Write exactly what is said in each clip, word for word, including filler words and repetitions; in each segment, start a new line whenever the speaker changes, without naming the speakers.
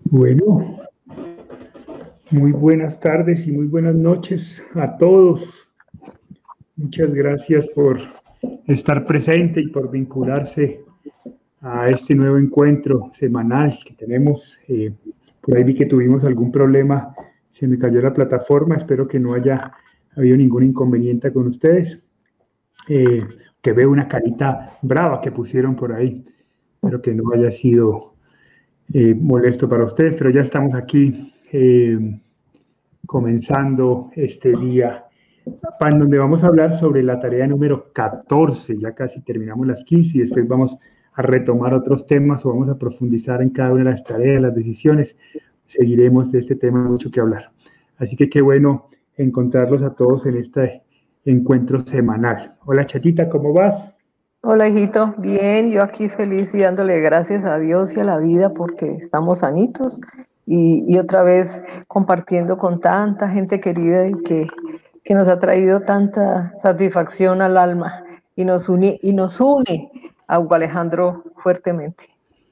Bueno, muy buenas tardes y muy buenas noches a todos. Muchas gracias por estar presente y por vincularse a este nuevo encuentro semanal que tenemos. Eh, por ahí vi que tuvimos algún problema, se me cayó la plataforma, espero que no haya habido ningún inconveniente con ustedes. Eh, que veo una carita brava que pusieron por ahí, espero que no haya sido eh, molesto para ustedes, pero ya estamos aquí. Eh, comenzando este día, en donde vamos a hablar sobre la tarea número catorce, ya casi terminamos las quince y después vamos a retomar otros temas o vamos a profundizar en cada una de las tareas, las decisiones. Seguiremos de este tema mucho que hablar. Así que qué bueno encontrarlos a todos en este encuentro semanal. Hola Chatita, ¿cómo vas?
Hola, hijito. Bien, yo aquí feliz y dándole gracias a Dios y a la vida porque estamos sanitos y, y otra vez compartiendo con tanta gente querida y que, que nos ha traído tanta satisfacción al alma y nos une, y nos une a Hugo Alejandro fuertemente.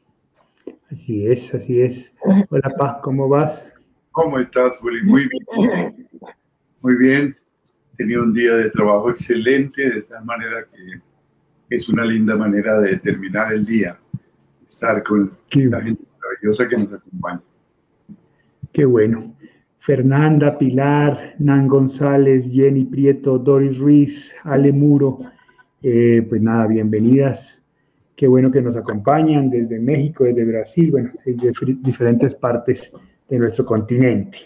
Así es, así es. Hola Paz, ¿cómo vas?
¿Cómo estás, Willy? Muy bien. Muy bien. He tenido un día de trabajo excelente, de tal manera que es una linda manera de terminar el día. Estar con
Qué
esta
bueno.
gente maravillosa que nos acompaña.
Qué bueno. Fernanda, Pilar, Nan González, Jenny Prieto, Doris Ruiz, Ale Muro, eh, pues nada, bienvenidas. Qué bueno que nos acompañan desde México, desde Brasil, bueno, desde diferentes partes de nuestro continente.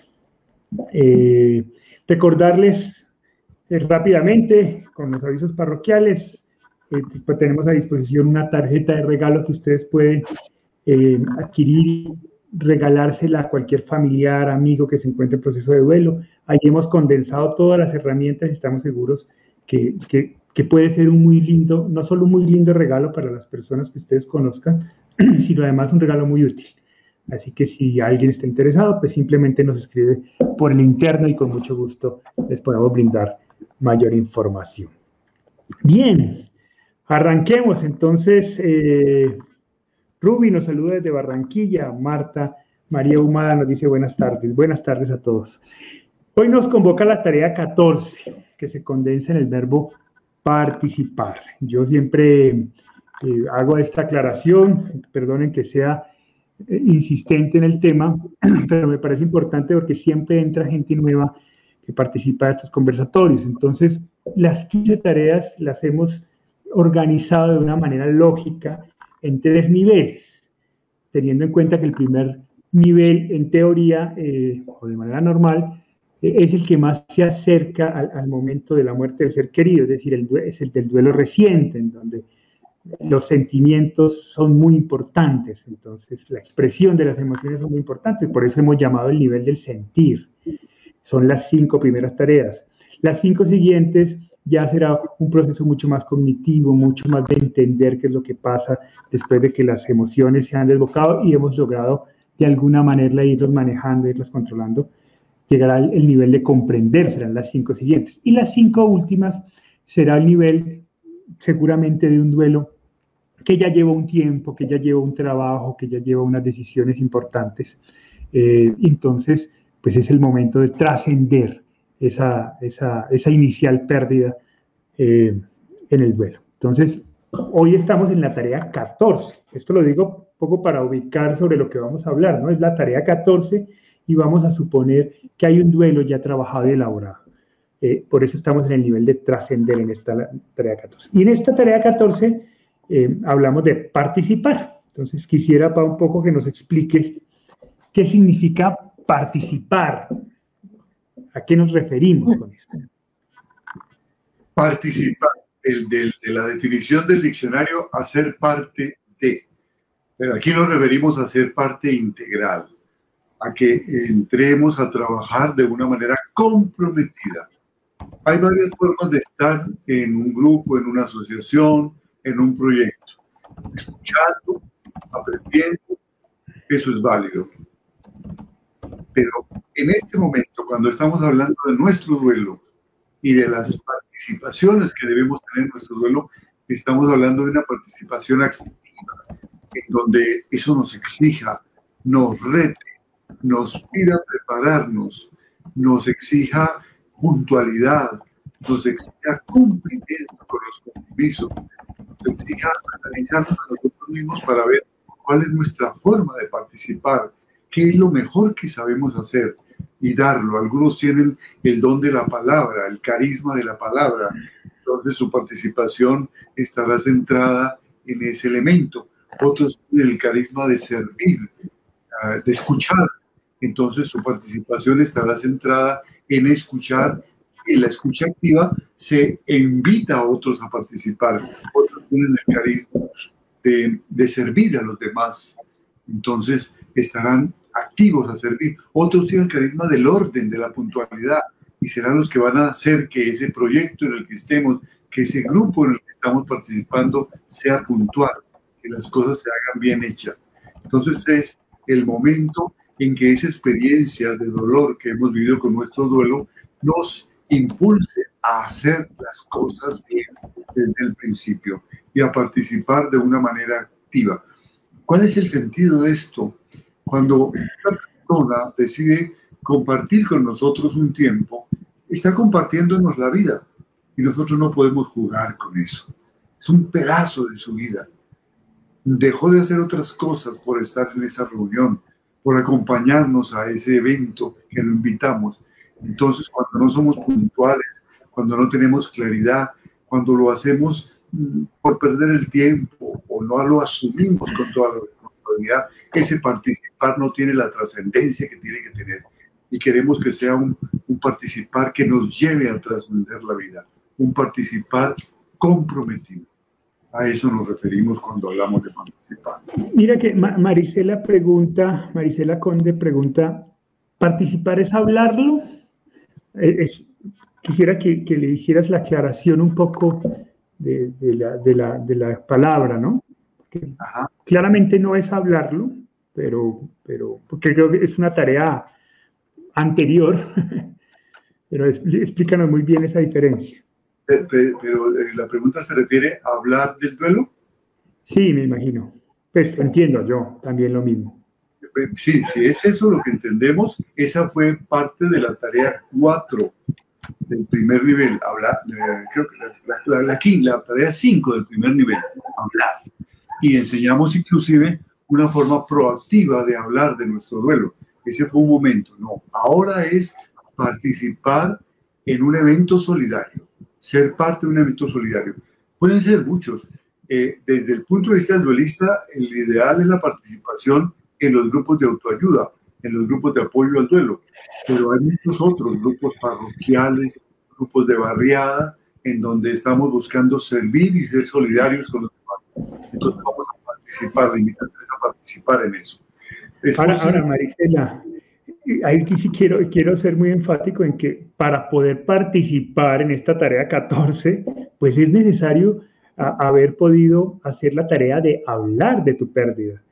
Eh, recordarles eh, rápidamente, con los avisos parroquiales, eh, pues tenemos a disposición una tarjeta de regalo que ustedes pueden eh, adquirir, regalársela a cualquier familiar, amigo que se encuentre en proceso de duelo. Ahí hemos condensado todas las herramientas y estamos seguros que, que, que puede ser un muy lindo, no solo un muy lindo regalo para las personas que ustedes conozcan, sino además un regalo muy útil. Así que si alguien está interesado, pues simplemente nos escribe por el interno y con mucho gusto les podemos brindar mayor información. Bien, arranquemos entonces. Eh, Ruby nos saluda desde Barranquilla. Marta María Humada nos dice buenas tardes. Buenas tardes a todos. Hoy nos convoca la tarea catorce, que se condensa en el verbo participar. Yo siempre eh, hago esta aclaración, perdonen que sea eh, insistente en el tema, pero me parece importante porque siempre entra gente nueva que participa de estos conversatorios. Entonces, las quince tareas las hemos organizado de una manera lógica en tres niveles, teniendo en cuenta que el primer nivel, en teoría, eh, o de manera normal, eh, es el que más se acerca al, al, momento de la muerte del ser querido, es decir, el, es el del duelo reciente, en donde los sentimientos son muy importantes, entonces la expresión de las emociones son muy importantes, por eso hemos llamado el nivel del sentir. Son las cinco primeras tareas. Las cinco siguientes ya será un proceso mucho más cognitivo, mucho más de entender qué es lo que pasa después de que las emociones se han desbocado y hemos logrado de alguna manera irlos manejando, irlas controlando. Llegará el nivel de comprender, serán las cinco siguientes. Y las cinco últimas será el nivel seguramente de un duelo que ya lleva un tiempo, que ya lleva un trabajo, que ya lleva unas decisiones importantes. Eh, entonces, pues es el momento de trascender esa, esa, esa inicial pérdida eh, en el duelo. Entonces, hoy estamos en la tarea catorce. Esto lo digo un poco para ubicar sobre lo que vamos a hablar, ¿no? Es la tarea catorce y vamos a suponer que hay un duelo ya trabajado y elaborado. Eh, por eso estamos en el nivel de trascender en esta tarea catorce. Y en esta tarea catorce eh, hablamos de participar. Entonces, quisiera, Pa, un poco que nos expliques qué significa participar. ¿A qué nos referimos con esto?
Participar, el de, de la definición del diccionario, hacer parte de. Pero aquí nos referimos a ser parte integral, a que entremos a trabajar de una manera comprometida. Hay varias formas de estar en un grupo, en una asociación, en un proyecto. Escuchando, aprendiendo, eso es válido. Pero en este momento, cuando estamos hablando de nuestro duelo y de las participaciones que debemos tener en nuestro duelo, estamos hablando de una participación activa, en donde eso nos exija, nos rete, nos pida prepararnos, nos exija puntualidad, nos exija cumplimiento con los compromisos, nos exija analizarnos a nosotros mismos para ver cuál es nuestra forma de participar, qué es lo mejor que sabemos hacer y darlo. Algunos tienen el don de la palabra, el carisma de la palabra, entonces su participación estará centrada en ese elemento. Otros tienen el carisma de servir, de escuchar, entonces su participación estará centrada en escuchar. En la escucha activa se invita a otros a participar. Otros tienen el carisma de, de servir a los demás, entonces estarán activos a servir. Otros tienen el carisma del orden, de la puntualidad, y serán los que van a hacer que ese proyecto en el que estemos, que ese grupo en el que estamos participando sea puntual, que las cosas se hagan bien hechas. Entonces es el momento en que esa experiencia de dolor que hemos vivido con nuestro duelo nos impulse a hacer las cosas bien desde el principio y a participar de una manera activa. ¿Cuál es el sentido de esto? Cuando una persona decide compartir con nosotros un tiempo, está compartiéndonos la vida y nosotros no podemos jugar con eso. Es un pedazo de su vida. Dejó de hacer otras cosas por estar en esa reunión, por acompañarnos a ese evento que lo invitamos. Entonces, cuando no somos puntuales, cuando no tenemos claridad, cuando lo hacemos por perder el tiempo o no lo asumimos con toda la responsabilidad, ese participar no tiene la trascendencia que tiene que tener. Y queremos que sea un, un participar que nos lleve a trascender la vida, un participar comprometido. A eso nos referimos cuando hablamos de participar.
Mira que Marisela pregunta, Marisela Conde pregunta, ¿participar es hablarlo? Es, quisiera que, que le hicieras la aclaración un poco de, de, la, de, la, de la palabra, ¿no? Que claramente no es hablarlo, pero, pero porque creo que es una tarea anterior, pero es, explícanos muy bien esa diferencia.
Pero, pero la pregunta se refiere a hablar del duelo.
Sí, me imagino. Pues entiendo yo también lo mismo.
Sí, si es eso lo que entendemos, esa fue parte de la tarea cuatro del primer nivel. Hablar, eh, creo que la, la, la, la, la tarea cinco del primer nivel, hablar. Y enseñamos inclusive una forma proactiva de hablar de nuestro duelo. Ese fue un momento. No, ahora es participar en un evento solidario. Ser parte de un evento solidario. Pueden ser muchos. Eh, desde el punto de vista del duelista, el ideal es la participación en los grupos de autoayuda, en los grupos de apoyo al duelo. Pero hay muchos otros, grupos parroquiales, grupos de barriada, en donde estamos buscando servir y ser solidarios con los demás. Entonces vamos a participar, la invitación es a participar en eso.
Ahora, ahora, Marisela, ahí sí quiero, quiero ser muy enfático en que para poder participar en esta tarea catorce, pues es necesario a, haber podido hacer la tarea de hablar de tu pérdida,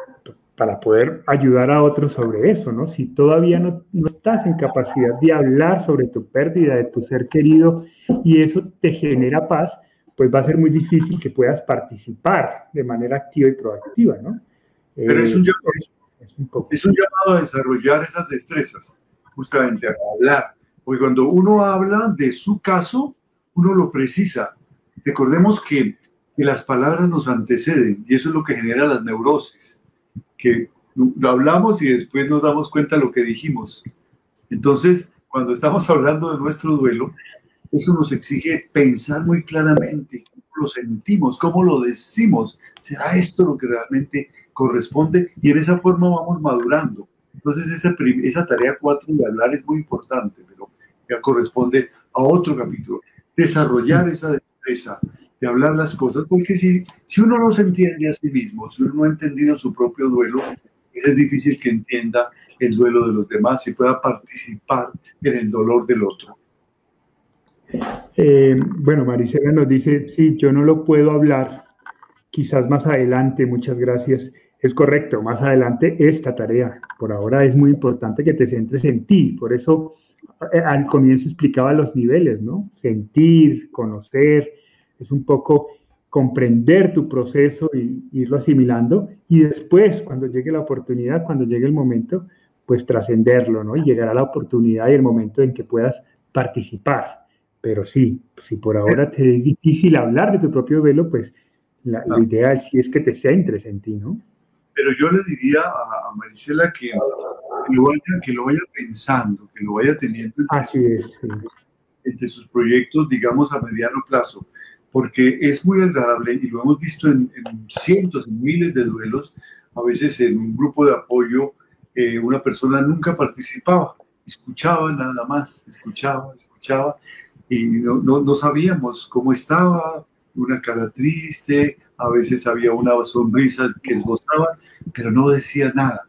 para poder ayudar a otros sobre eso, ¿no? Si todavía no, no estás en capacidad de hablar sobre tu pérdida, de tu ser querido, y eso te genera paz, pues va a ser muy difícil que puedas participar de manera activa y proactiva, ¿no?
Pero
eh,
es un llamado.
Es, es, un poco.
Es un llamado a desarrollar esas destrezas, justamente a hablar. Porque cuando uno habla de su caso, uno lo precisa. Recordemos que, que las palabras nos anteceden y eso es lo que genera las neurosis. Que lo hablamos y después nos damos cuenta de lo que dijimos. Entonces, cuando estamos hablando de nuestro duelo, eso nos exige pensar muy claramente cómo lo sentimos, cómo lo decimos. ¿Será esto lo que realmente corresponde? Y en esa forma vamos madurando. Entonces esa, esa tarea cuatro de hablar es muy importante, pero ya corresponde a otro capítulo. Desarrollar esa destreza de hablar las cosas, porque si, si uno no se entiende a sí mismo, si uno no ha entendido su propio duelo, es difícil que entienda el duelo de los demás y pueda participar en el dolor del otro.
Eh, bueno, Marisela nos dice, sí, yo no lo puedo hablar, quizás más adelante, muchas gracias. Es correcto, más adelante esta tarea. Por ahora es muy importante que te centres en ti, por eso al comienzo explicaba los niveles, ¿no? Sentir, conocer, es un poco comprender tu proceso y irlo asimilando, y después, cuando llegue la oportunidad, cuando llegue el momento, pues trascenderlo, ¿no? Y llegará la oportunidad y el momento en que puedas participar. Pero sí, si por ahora te es difícil hablar de tu propio duelo, pues la, lo ideal sí es que te centres en ti, ¿no?
Pero yo le diría a, a Marisela que, que, lo vaya, que lo vaya pensando, que lo vaya teniendo entre,
Así
sus,
es, sí.
entre sus proyectos, digamos, a mediano plazo, porque es muy agradable y lo hemos visto en, en cientos, en miles de duelos. A veces en un grupo de apoyo eh, una persona nunca participaba, escuchaba nada más, escuchaba, escuchaba, y no, no, no sabíamos cómo estaba, una cara triste, a veces había una sonrisa que esbozaba, pero no decía nada.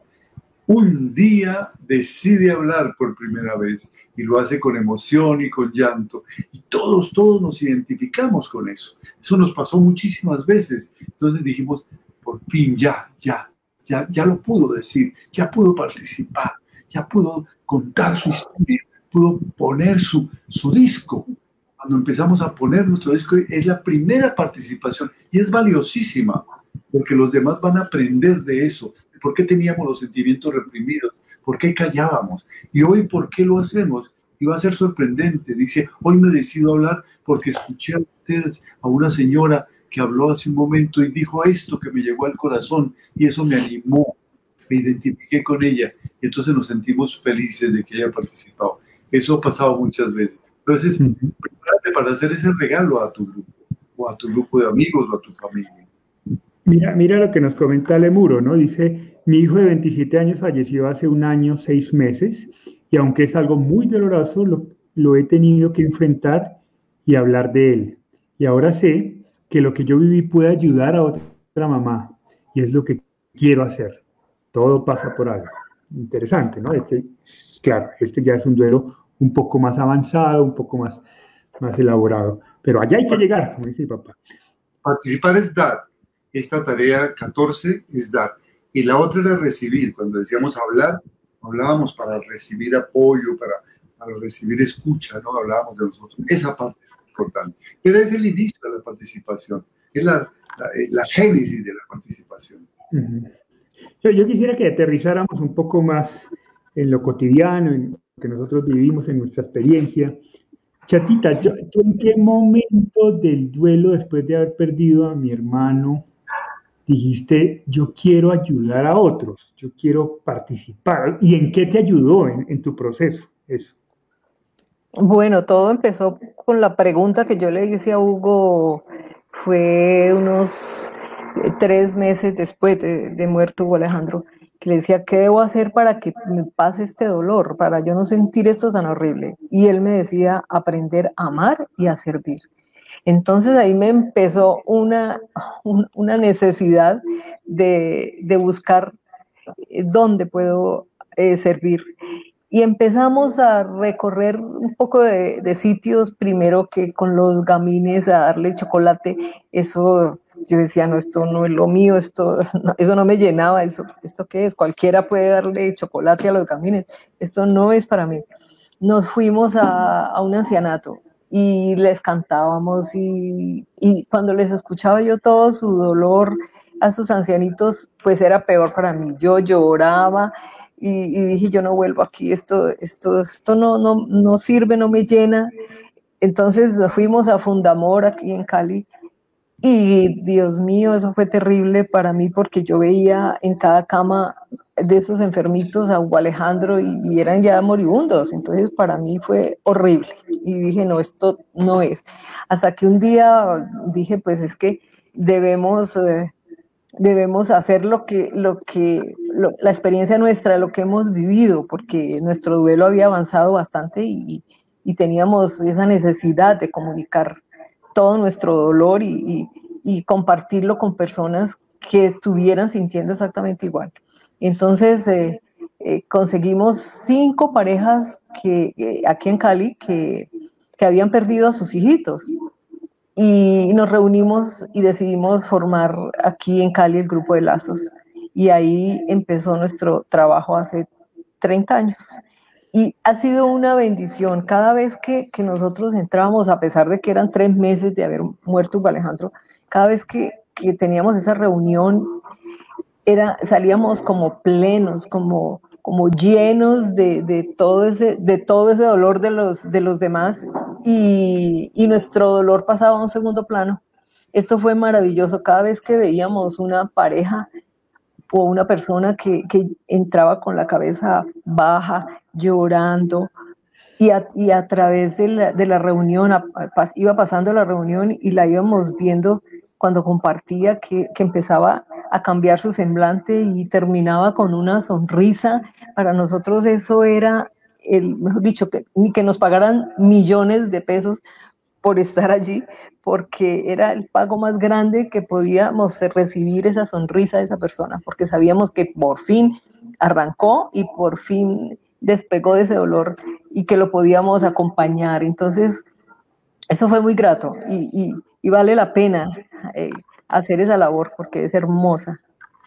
Un día decide hablar por primera vez y lo hace con emoción y con llanto. Y todos, todos nos identificamos con eso. Eso nos pasó muchísimas veces. Entonces dijimos, por fin ya, ya, ya, ya lo pudo decir, ya pudo participar, ya pudo contar su historia, pudo poner su, su disco. Cuando empezamos a poner nuestro disco es la primera participación y es valiosísima porque los demás van a aprender de eso. ¿Por qué teníamos los sentimientos reprimidos? ¿Por qué callábamos? Y hoy, ¿por qué lo hacemos? Y va a ser sorprendente. Dice, hoy me decido hablar porque escuché a ustedes, a una señora que habló hace un momento y dijo esto que me llegó al corazón y eso me animó. Me identifiqué con ella y entonces nos sentimos felices de que haya participado. Eso ha pasado muchas veces. Entonces, uh-huh. prepárate para hacer ese regalo a tu grupo, o a tu grupo de amigos, o a tu familia.
Mira, mira lo que nos comenta Lemuro, ¿no? Dice, mi hijo de veintisiete años falleció hace un año, seis meses, y aunque es algo muy doloroso, lo, lo he tenido que enfrentar y hablar de él. Y ahora sé que lo que yo viví puede ayudar a otra mamá, y es lo que quiero hacer. Todo pasa por algo. Interesante, ¿no? Este, claro, este ya es un duelo un poco más avanzado, un poco más, más elaborado, pero allá hay que llegar, como dice mi papá.
Participar es dar. Esta tarea catorce es dar. Y la otra era recibir. Cuando decíamos hablar, hablábamos para recibir apoyo, para, para recibir escucha, ¿no? Hablábamos de nosotros. Esa parte es importante. Pero es el inicio de la participación. Es la, la, la génesis de la participación.
Uh-huh. Yo, yo quisiera que aterrizáramos un poco más en lo cotidiano, en lo que nosotros vivimos, en nuestra experiencia. Chatita, yo, ¿tú en qué momento del duelo, después de haber perdido a mi hermano, dijiste, yo quiero ayudar a otros, yo quiero participar? ¿Y en qué te ayudó en, en tu proceso eso?
Bueno, todo empezó con la pregunta que yo le hice a Hugo, fue unos tres meses después de, de muerto Hugo Alejandro, que le decía, ¿qué debo hacer para que me pase este dolor, para yo no sentir esto tan horrible? Y él me decía, aprender a amar y a servir. Entonces ahí me empezó una, una necesidad de, de buscar dónde puedo eh, servir. Y empezamos a recorrer un poco de, de sitios, primero que con los gamines, a darle chocolate. Eso, yo decía, no, esto no es lo mío, esto, no, eso no me llenaba, eso, ¿esto qué es? Cualquiera puede darle chocolate a los gamines, esto no es para mí. Nos fuimos a, a un ancianato y les cantábamos y, y cuando les escuchaba yo todo su dolor a sus ancianitos, pues era peor para mí. Yo lloraba y, y dije, yo no vuelvo aquí, esto, esto, esto no, no, no sirve, no me llena. Entonces fuimos a Fundamor aquí en Cali y Dios mío, eso fue terrible para mí porque yo veía en cada cama de esos enfermitos a Hugo Alejandro y, y eran ya moribundos, entonces para mí fue horrible y dije, no, esto no es. Hasta que un día dije, pues es que debemos... Eh, debemos hacer lo que, lo que lo, la experiencia nuestra, lo que hemos vivido, porque nuestro duelo había avanzado bastante y, y teníamos esa necesidad de comunicar todo nuestro dolor y, y, y compartirlo con personas que estuvieran sintiendo exactamente igual. Entonces eh, eh, conseguimos cinco parejas que, eh, aquí en Cali que, que habían perdido a sus hijitos. Y nos reunimos y decidimos formar aquí en Cali el grupo de Lazos. Y ahí empezó nuestro trabajo hace treinta años. Y ha sido una bendición. Cada vez que, que nosotros entrábamos, a pesar de que eran tres meses de haber muerto Hugo Alejandro, cada vez que, que teníamos esa reunión, era, salíamos como plenos, como, como llenos de, de, todo ese, de todo ese dolor de los, de los demás y, y nuestro dolor pasaba a un segundo plano. Esto fue maravilloso. Cada vez que veíamos una pareja o una persona que, que entraba con la cabeza baja, llorando, y a, y a través de la, de la reunión, a, a, iba pasando la reunión y la íbamos viendo cuando compartía que, que empezaba a cambiar su semblante y terminaba con una sonrisa. Para nosotros eso era, el, mejor dicho, que, ni que nos pagaran millones de pesos por estar allí, porque era el pago más grande que podíamos recibir, esa sonrisa de esa persona, porque sabíamos que por fin arrancó y por fin despegó de ese dolor y que lo podíamos acompañar. Entonces, eso fue muy grato y, y, y vale la pena eh, hacer esa labor porque es hermosa.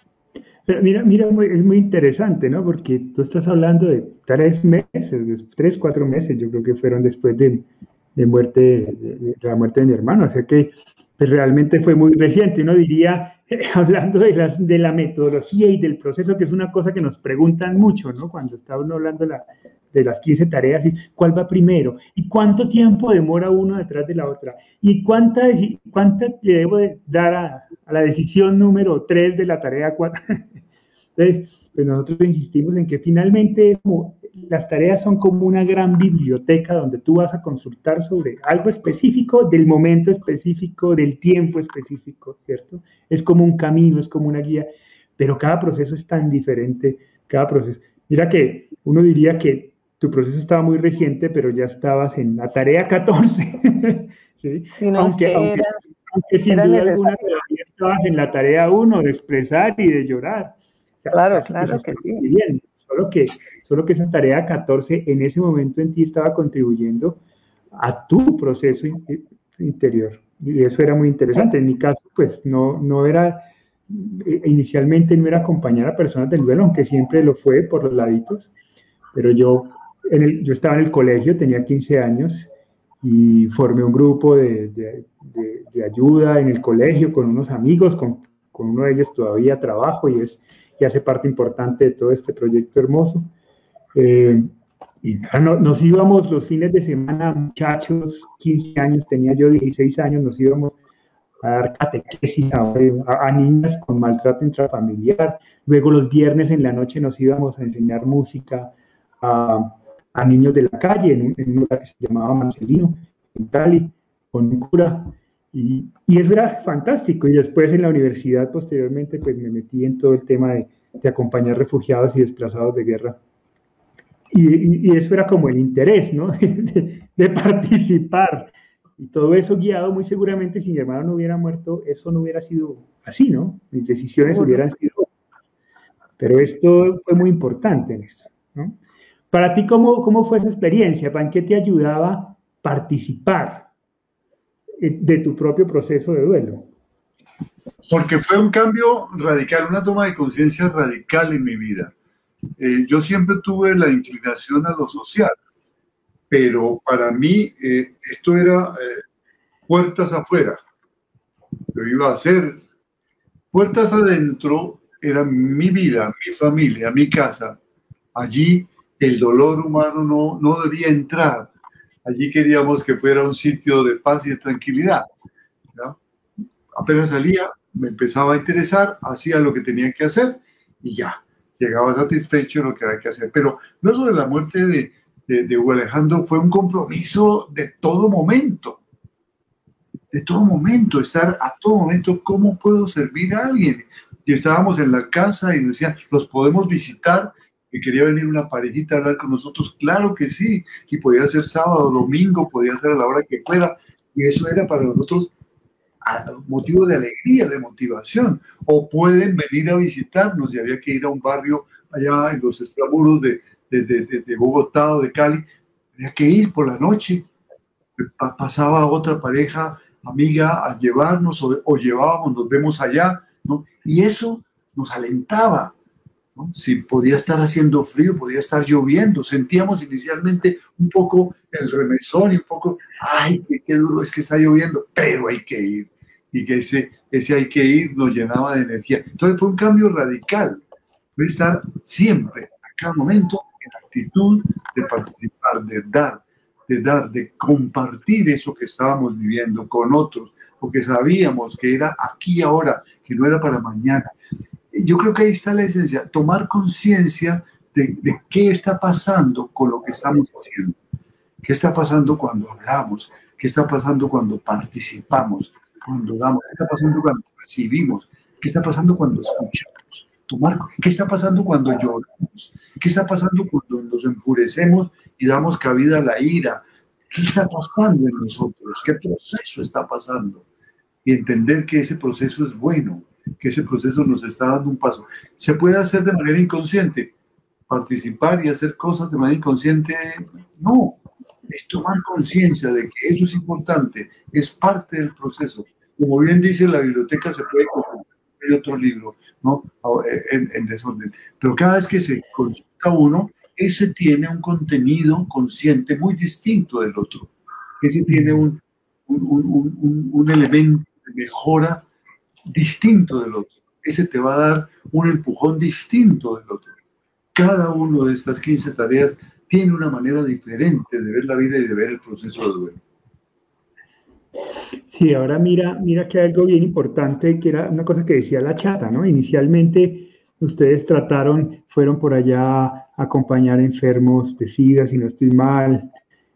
Pero mira, mira, es muy interesante, ¿no? Porque tú estás hablando de tres meses, tres, cuatro meses, yo creo que fueron después de, de muerte, de, de la muerte de mi hermano, o sea que pues, realmente fue muy reciente. Uno diría, eh, hablando de, las, de la metodología y del proceso, que es una cosa que nos preguntan mucho, ¿no? Cuando está uno hablando de, la, de las quince tareas, y ¿cuál va primero? ¿Y cuánto tiempo demora uno detrás de la otra? ¿Y cuánta, cuánta le debo de dar a, a la decisión número tres de la tarea cuatro? Entonces, pues nosotros insistimos en que finalmente es como, las tareas son como una gran biblioteca donde tú vas a consultar sobre algo específico, del momento específico, del tiempo específico, ¿cierto? Es como un camino, es como una guía, pero cada proceso es tan diferente, cada proceso. Mira que uno diría que tu proceso estaba muy reciente, pero ya estabas en la tarea catorce, ¿sí?
Sí, no,
aunque,
es que
aunque,
era,
aunque sin
era
duda
necesario.
alguna todavía estabas en la tarea uno de expresar y de llorar. O sea,
claro,
eso,
claro
eso
que sí.
bien, solo que, solo que esa tarea catorce en ese momento en ti estaba contribuyendo a tu proceso in, interior. Y eso era muy interesante. Sí. En mi caso, pues no, no era, inicialmente no era acompañar a personas del duelo, aunque siempre lo fue por los laditos, pero yo, en el, yo estaba en el colegio, tenía quince años, y formé un grupo de, de, de, de ayuda en el colegio con unos amigos, con, con uno de ellos todavía trabajo y, es, y hace parte importante de todo este proyecto hermoso. Eh, y no, nos íbamos los fines de semana, muchachos, quince años, tenía yo dieciséis años, nos íbamos a dar catequesis a, a, a niñas con maltrato intrafamiliar. Luego los viernes en la noche nos íbamos a enseñar música a, a niños de la calle, en un, en un lugar que se llamaba Marcelino, en Cali, con un cura. Y, y eso era fantástico. Y después en la universidad, posteriormente, pues me metí en todo el tema de, de acompañar refugiados y desplazados de guerra. Y, y, y eso era como el interés, ¿no? De, de, de participar. Y todo eso guiado, muy seguramente, si mi hermano no hubiera muerto, eso no hubiera sido así, ¿no? Mis decisiones
Seguro.
hubieran sido otras. Pero esto fue muy importante en esto, ¿no? Para ti, ¿cómo, cómo fue esa experiencia? ¿En qué te ayudaba participar de tu propio proceso de duelo?
Porque fue un cambio radical, una toma de conciencia radical en mi vida. Eh, yo siempre tuve la inclinación a lo social, pero para mí eh, esto era eh, puertas afuera. Yo iba a hacer puertas adentro, era mi vida, mi familia, mi casa. Allí el dolor humano no, no debía entrar. Allí queríamos que fuera un sitio de paz y de tranquilidad, ¿no? Apenas salía, me empezaba a interesar, hacía lo que tenía que hacer y ya, llegaba satisfecho de lo que había que hacer. Pero luego de la muerte de, de, de Hugo Alejandro fue un compromiso de todo momento, de todo momento, estar a todo momento, ¿cómo puedo servir a alguien? Y estábamos en la casa y nos decían, ¿los podemos visitar? Y quería venir una parejita a hablar con nosotros, claro que sí, y podía ser sábado, domingo, podía ser a la hora que fuera, y eso era para nosotros motivo de alegría, de motivación. O pueden venir a visitarnos, y había que ir a un barrio allá en los extramuros de, de, de, de, de Bogotá o de Cali, había que ir por la noche, pasaba otra pareja amiga a llevarnos o, o llevábamos, nos vemos allá, ¿no? Y eso nos alentaba, ¿no? Si podía estar haciendo frío, podía estar lloviendo, sentíamos inicialmente un poco el remesón y un poco, ay, qué, qué duro es que está lloviendo, pero hay que ir. Y que ese, ese hay que ir nos llenaba de energía. Entonces fue un cambio radical, fue estar siempre cada momento en actitud de participar, de dar, de dar, de compartir eso que estábamos viviendo con otros, porque sabíamos que era aquí ahora, que no era para mañana. Yo creo que ahí está la esencia, tomar conciencia de, de qué está pasando con lo que estamos haciendo, qué está pasando cuando hablamos, qué está pasando cuando participamos, cuando damos, qué está pasando cuando recibimos, qué está pasando cuando escuchamos, tomar, qué está pasando cuando lloramos, qué está pasando cuando nos enfurecemos y damos cabida a la ira, qué está pasando en nosotros, qué proceso está pasando, y entender que ese proceso es bueno, que ese proceso nos está dando un paso. ¿Se puede hacer de manera inconsciente? Participar y hacer cosas de manera inconsciente, no. Es tomar conciencia de que eso es importante, es parte del proceso. Como bien dice, la biblioteca se puede consultar otro libro, ¿no? En, en desorden. Pero cada vez que se consulta uno, ese tiene un contenido consciente muy distinto del otro. Ese tiene un, un, un, un, un elemento de mejora distinto del otro. Ese te va a dar un empujón distinto del otro. Cada uno de estas quince tareas tiene una manera diferente de ver la vida y de ver el proceso de duelo.
Sí, ahora mira, mira que hay algo bien importante, que era una cosa que decía la chata, ¿no? Inicialmente ustedes trataron, fueron por allá a acompañar enfermos de SIDA, si no estoy mal,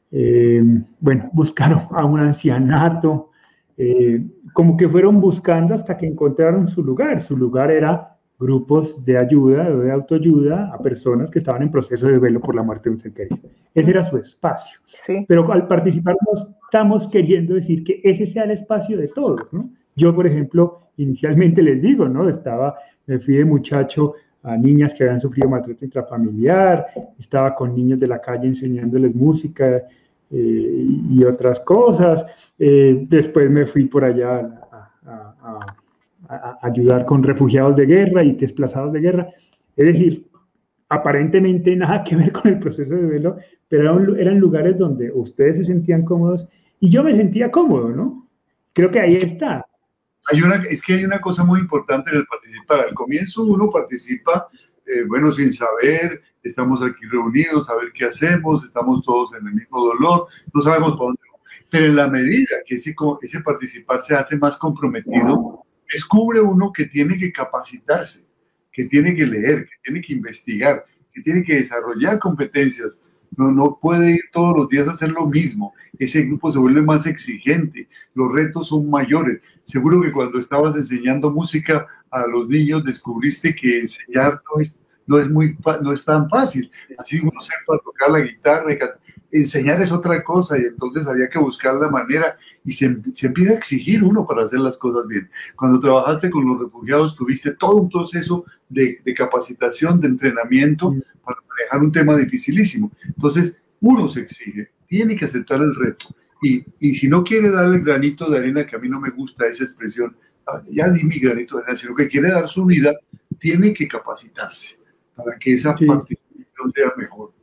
eh, bueno, buscaron a un ancianato, eh, como que fueron buscando hasta que encontraron su lugar. Su lugar era grupos de ayuda, de autoayuda a personas que estaban en proceso de duelo por la muerte de un ser querido. Ese era su espacio.
Sí.
Pero al participar no estamos queriendo decir que ese sea el espacio de todos, ¿no? Yo, por ejemplo, inicialmente les digo, ¿no? Estaba, me fui de muchacho a niñas que habían sufrido maltrato intrafamiliar, estaba con niños de la calle enseñándoles música eh, y otras cosas. Eh, después me fui por allá a, a, a a ayudar con refugiados de guerra y desplazados de guerra. Es decir, aparentemente nada que ver con el proceso de duelo, pero eran, eran lugares donde ustedes se sentían cómodos y yo me sentía cómodo, ¿no? Creo que ahí está.
Hay una, es que hay una cosa muy importante en el participar. Al comienzo uno participa, eh, bueno, sin saber, estamos aquí reunidos, a ver qué hacemos, estamos todos en el mismo dolor, no sabemos para dónde vamos. Pero en la medida que ese, ese participar se hace más comprometido, descubre uno que tiene que capacitarse, que tiene que leer, que tiene que investigar, que tiene que desarrollar competencias. No, no puede ir todos los días a hacer lo mismo. Ese grupo se vuelve más exigente, los retos son mayores. Seguro que cuando estabas enseñando música a los niños descubriste que enseñar no es, no es, muy, no es tan fácil. Así uno sepa tocar la guitarra, enseñar es otra cosa y entonces había que buscar la manera y se, se empieza a exigir uno para hacer las cosas bien. Cuando trabajaste con los refugiados tuviste todo un proceso de, de capacitación, de entrenamiento mm. para manejar un tema dificilísimo. Entonces uno se exige, tiene que aceptar el reto y, y si no quiere dar el granito de arena, que a mí no me gusta esa expresión, ya di mi granito de arena, sino que quiere dar su vida, tiene que capacitarse para que esa sí. participación sea mejor.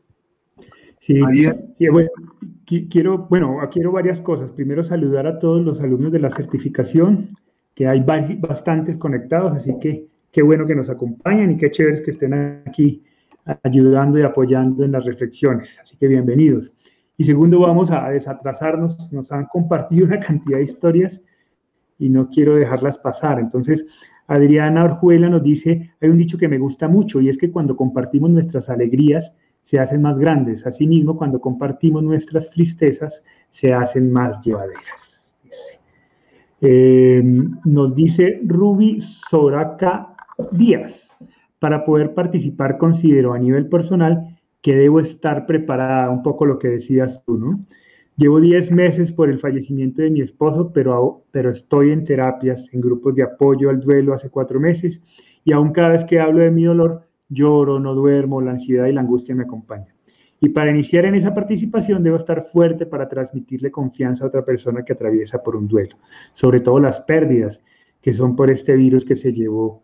Sí, sí, bueno, quiero, bueno, quiero varias cosas. Primero, saludar a todos los alumnos de la certificación, que hay bastantes conectados, así que qué bueno que nos acompañan y qué chéveres que estén aquí ayudando y apoyando en las reflexiones. Así que bienvenidos. Y segundo, vamos a desatrasarnos. Nos han compartido una cantidad de historias y no quiero dejarlas pasar. Entonces, Adriana Orjuela nos dice, hay un dicho que me gusta mucho y es que cuando compartimos nuestras alegrías, se hacen más grandes. Asimismo, cuando compartimos nuestras tristezas, se hacen más llevaderas. Dice. Eh, nos dice Ruby Soraca Díaz, para poder participar considero a nivel personal que debo estar preparada, un poco lo que decías tú, ¿no? Llevo diez meses por el fallecimiento de mi esposo, pero, pero estoy en terapias, en grupos de apoyo al duelo hace cuatro meses, y aún cada vez que hablo de mi dolor, lloro, no duermo, la ansiedad y la angustia me acompañan. Y para iniciar en esa participación debo estar fuerte para transmitirle confianza a otra persona que atraviesa por un duelo, sobre todo las pérdidas que son por este virus que se llevó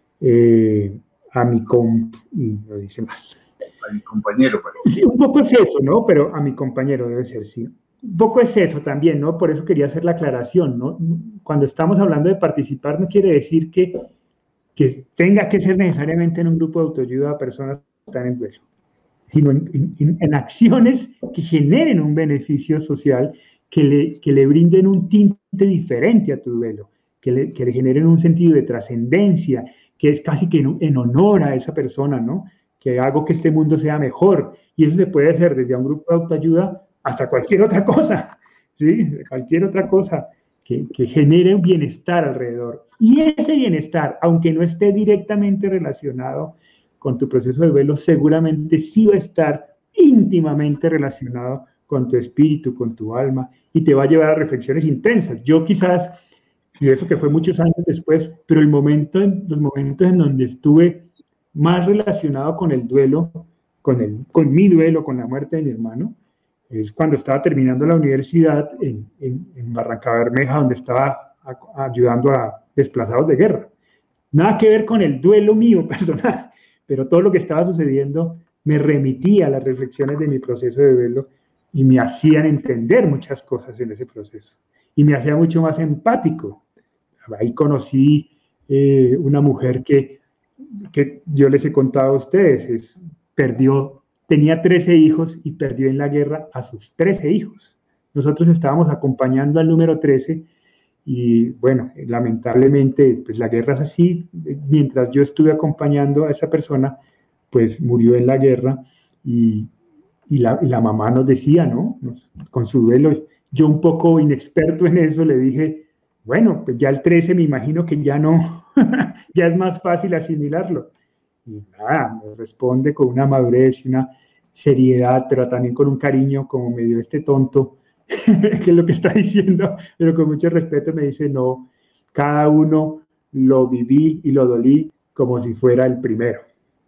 eh, a mi comp, y no dice más.
A mi compañero, parece.
Sí, un poco es eso, ¿no? Pero a mi compañero debe ser, sí. Un poco es eso también, ¿no? Por eso quería hacer la aclaración, ¿no? Cuando estamos hablando de participar no quiere decir que que tenga que ser necesariamente en un grupo de autoayuda a personas está en el duelo, sino en, en, en acciones que generen un beneficio social, que le, que le brinden un tinte diferente a tu duelo, que le, que le generen un sentido de trascendencia, que es casi que en, en honor a esa persona, ¿no? Que hago que este mundo sea mejor. Y eso se puede hacer desde un grupo de autoayuda hasta cualquier otra cosa, ¿sí? Cualquier otra cosa que, que genere un bienestar alrededor. Y ese bienestar, aunque no esté directamente relacionado con tu proceso de duelo, seguramente sí va a estar íntimamente relacionado con tu espíritu, con tu alma, y te va a llevar a reflexiones intensas. Yo quizás, y eso que fue muchos años después, pero el momento, los momentos en donde estuve más relacionado con el duelo, con, el, con mi duelo, con la muerte de mi hermano, es cuando estaba terminando la universidad en, en, en Barrancabermeja, donde estaba a, ayudando a desplazados de guerra. Nada que ver con el duelo mío personal, pero todo lo que estaba sucediendo me remitía a las reflexiones de mi proceso de duelo y me hacían entender muchas cosas en ese proceso. Y me hacía mucho más empático. Ahí conocí eh, una mujer que, que yo les he contado a ustedes, es, perdió, tenía trece hijos y perdió en la guerra a sus trece hijos. Nosotros estábamos acompañando al número trece y bueno, lamentablemente pues la guerra es así. Mientras yo estuve acompañando a esa persona, pues murió en la guerra y, y, la, y la mamá nos decía, ¿no? Nos, con su duelo, yo un poco inexperto en eso le dije, bueno, pues ya el trece me imagino que ya no, ya es más fácil asimilarlo. Y nada, me responde con una madurez y una seriedad, pero también con un cariño como medio este tonto, que es lo que está diciendo, pero con mucho respeto me dice, no, cada uno lo viví y lo dolí como si fuera el primero.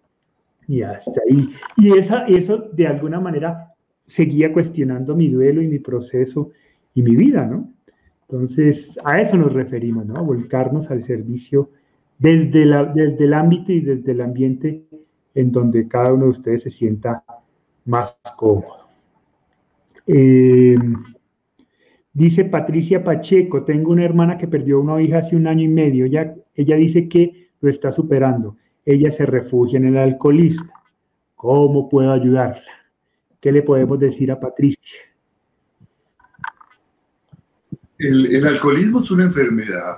Y hasta ahí. Y esa, eso de alguna manera seguía cuestionando mi duelo y mi proceso y mi vida, ¿no? Entonces, a eso nos referimos, ¿no? A volcarnos al servicio desde, la, desde el ámbito y desde el ambiente en donde cada uno de ustedes se sienta más cómodo. Eh, dice Patricia Pacheco, tengo una hermana que perdió una hija hace un año y medio. Ella, ella dice que lo está superando. Ella se refugia en el alcoholismo. ¿Cómo puedo ayudarla? ¿Qué le podemos decir a Patricia?
El, el alcoholismo es una enfermedad.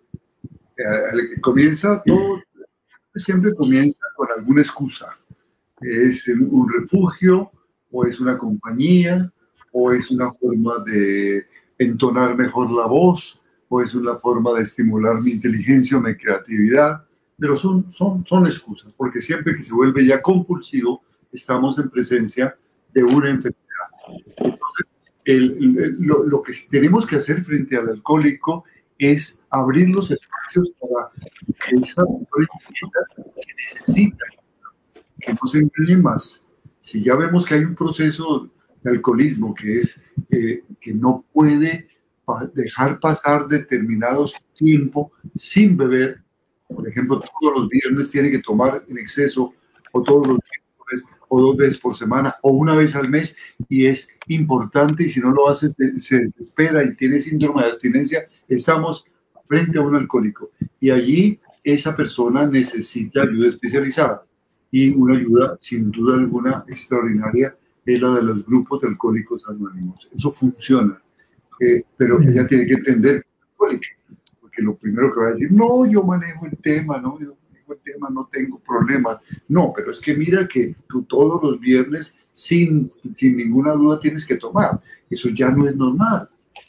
Eh, comienza todo, siempre comienza con alguna excusa. Es un refugio, o es una compañía, o es una forma de entonar mejor la voz, o es una forma de estimular mi inteligencia o mi creatividad, pero son, son, son excusas, porque siempre que se vuelve ya compulsivo, estamos en presencia de una enfermedad. Entonces, el, el, lo, lo que tenemos que hacer frente al alcohólico es abrir los espacios para que esa persona que necesita, que no se engañe más. Si ya vemos que hay un proceso de alcoholismo que es eh, que no puede dejar pasar determinados tiempos sin beber, por ejemplo, todos los viernes tiene que tomar en exceso, o todos los viernes, o dos veces por semana, o una vez al mes, y es importante, y si no lo hace, se, se desespera y tiene síndrome de abstinencia, estamos frente a un alcohólico. Y allí esa persona necesita ayuda especializada. Y una ayuda, sin duda alguna, extraordinaria, es la de los grupos de alcohólicos anónimos. Eso funciona. Eh, pero ella tiene que entender que es alcohólica, porque lo primero que va a decir, no, yo manejo el tema, no, yo manejo el tema, no tengo problemas. No, pero es que mira que tú todos los viernes, sin, sin ninguna duda, tienes que tomar. Eso ya no es normal.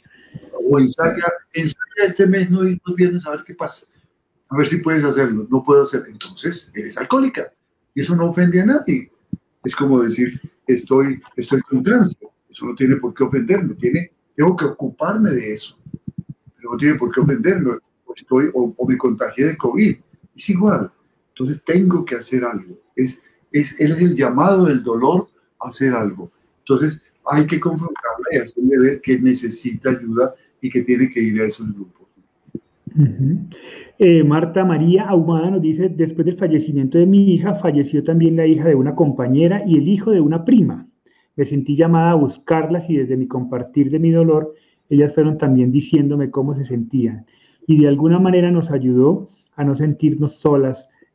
O ensaya, ensaya este mes, no ir los viernes a ver qué pasa. A ver si puedes hacerlo. No puedo hacerlo. Entonces, eres alcohólica. Y eso no ofende a nadie. Es como decir, estoy, estoy con cáncer. Eso no tiene por qué ofenderme. Tiene, tengo que ocuparme de eso. Pero no tiene por qué ofenderme. O, estoy, o, o me contagié de COVID. Es igual. Entonces tengo que hacer algo. Es, es, es el llamado del dolor a hacer algo. Entonces hay que confrontarla y hacerle ver que necesita ayuda y que tiene que ir a esos grupos.
Uh-huh. eh, Marta María Ahumada nos dice, después del fallecimiento de mi hija, falleció también la hija de una compañera y el hijo de una prima. Me sentí llamada a buscarlas y desde mi compartir de mi dolor, ellas fueron también diciéndome cómo se sentían. Y de alguna manera nos ayudó a no sentirnos solas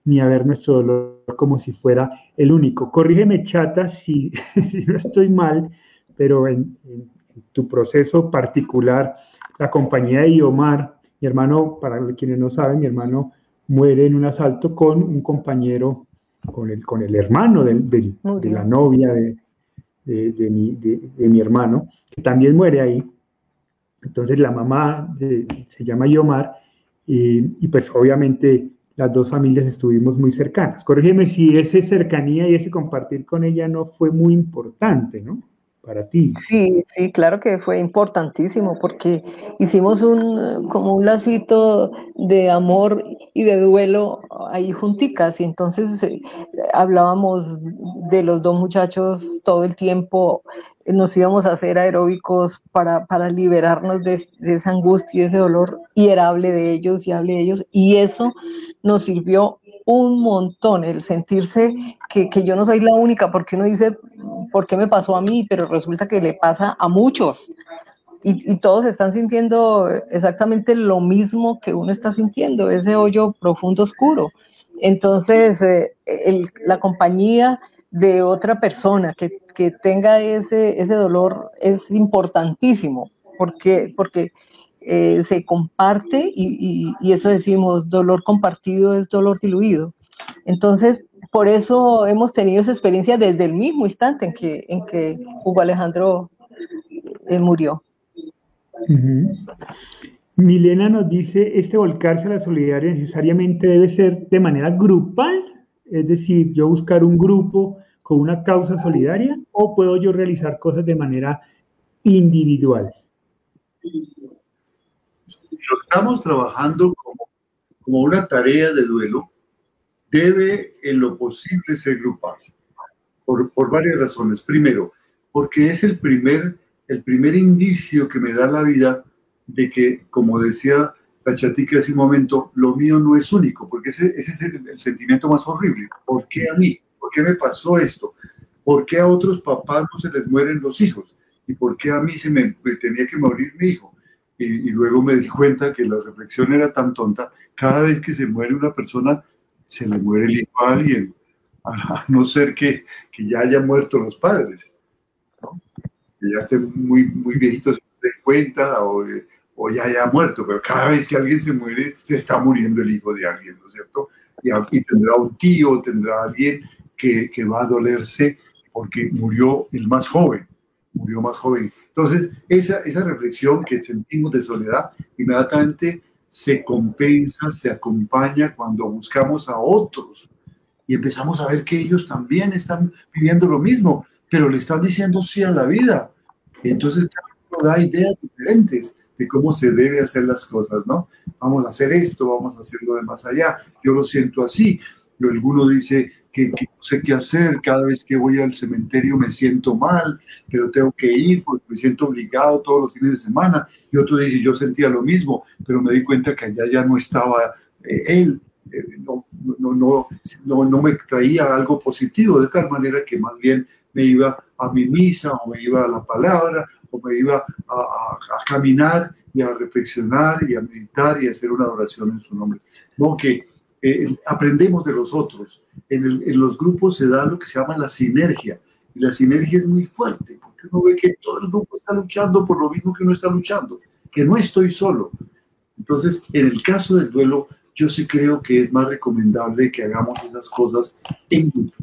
ni a ver nuestro dolor como si fuera el único. Corrígeme, Chata, si, si no estoy mal, pero en, en, en tu proceso particular, la compañía de Iomar, mi hermano, para quienes no saben, mi hermano muere en un asalto con un compañero, con el, con el hermano del, del, de la novia de, de, de, mi, de, de mi hermano, que también muere ahí. Entonces la mamá de, se llama Iomar y, y pues obviamente las dos familias estuvimos muy cercanas. Corrígeme si esa cercanía y ese compartir con ella no fue muy importante, ¿no? Para ti.
Sí, sí, claro que fue importantísimo porque hicimos un como un lacito de amor y de duelo ahí junticas y entonces eh, hablábamos de los dos muchachos todo el tiempo, nos íbamos a hacer aeróbicos para, para liberarnos de, de esa angustia y ese dolor y era hable de ellos y hable de ellos y eso nos sirvió un montón, el sentirse que, que yo no soy la única, porque uno dice, ¿por qué me pasó a mí? Pero resulta que le pasa a muchos. Y, y todos están sintiendo exactamente lo mismo que uno está sintiendo, ese hoyo profundo oscuro. Entonces, eh, el, la compañía de otra persona que, que tenga ese, ese dolor es importantísimo, porque, porque eh, se comparte y, y, y eso decimos, dolor compartido es dolor diluido. Entonces, por eso hemos tenido esa experiencia desde el mismo instante en que, en que Hugo Alejandro eh, murió.
Uh-huh. Milena nos dice, ¿este volcarse a la solidaridad necesariamente debe ser de manera grupal? Es decir, yo buscar un grupo con una causa solidaria o puedo yo realizar cosas de manera individual.
Lo estamos trabajando como, como una tarea de duelo, debe en lo posible ser grupal, por, por varias razones. Primero, porque es el primer, el primer indicio que me da la vida de que, como decía la chatica hace un momento, lo mío no es único, porque ese, ese es el, el sentimiento más horrible. ¿Por qué a mí? ¿Por qué me pasó esto? ¿Por qué a otros papás no se les mueren los hijos? ¿Y por qué a mí se me, me tenía que morir mi hijo? Y, y luego me di cuenta que la reflexión era tan tonta. Cada vez que se muere una persona, se le muere el hijo a alguien, a no ser que, que ya hayan muerto los padres, ¿no? Que ya estén muy, muy viejitos, se den cuenta o, o ya haya muerto, pero cada vez que alguien se muere, se está muriendo el hijo de alguien, ¿no es cierto? Y, y tendrá un tío, tendrá alguien que, que va a dolerse porque murió el más joven, murió más joven. Entonces, esa, esa reflexión que sentimos de soledad, inmediatamente se compensa, se acompaña cuando buscamos a otros y empezamos a ver que ellos también están viviendo lo mismo, pero le están diciendo sí a la vida. Entonces, cada uno da ideas diferentes de cómo se debe hacer las cosas, ¿no? Vamos a hacer esto, vamos a hacerlo de más allá. Yo lo siento así. Y alguno dice que, que no sé qué hacer, cada vez que voy al cementerio me siento mal, pero tengo que ir porque me siento obligado todos los fines de semana. Y otro dice, yo sentía lo mismo, pero me di cuenta que allá ya no estaba eh, él, eh, no, no, no, no, no me traía algo positivo, de tal manera que más bien me iba a mi misa o me iba a la palabra o me iba a, a, a caminar y a reflexionar y a meditar y a hacer una oración en su nombre. No, que eh, aprendemos de los otros. En, el, en los grupos se da lo que se llama la sinergia y la sinergia es muy fuerte porque uno ve que todo el grupo está luchando por lo mismo que uno está luchando, que no estoy solo. Entonces, en el caso del duelo, yo sí creo que es más recomendable que hagamos esas cosas en grupo.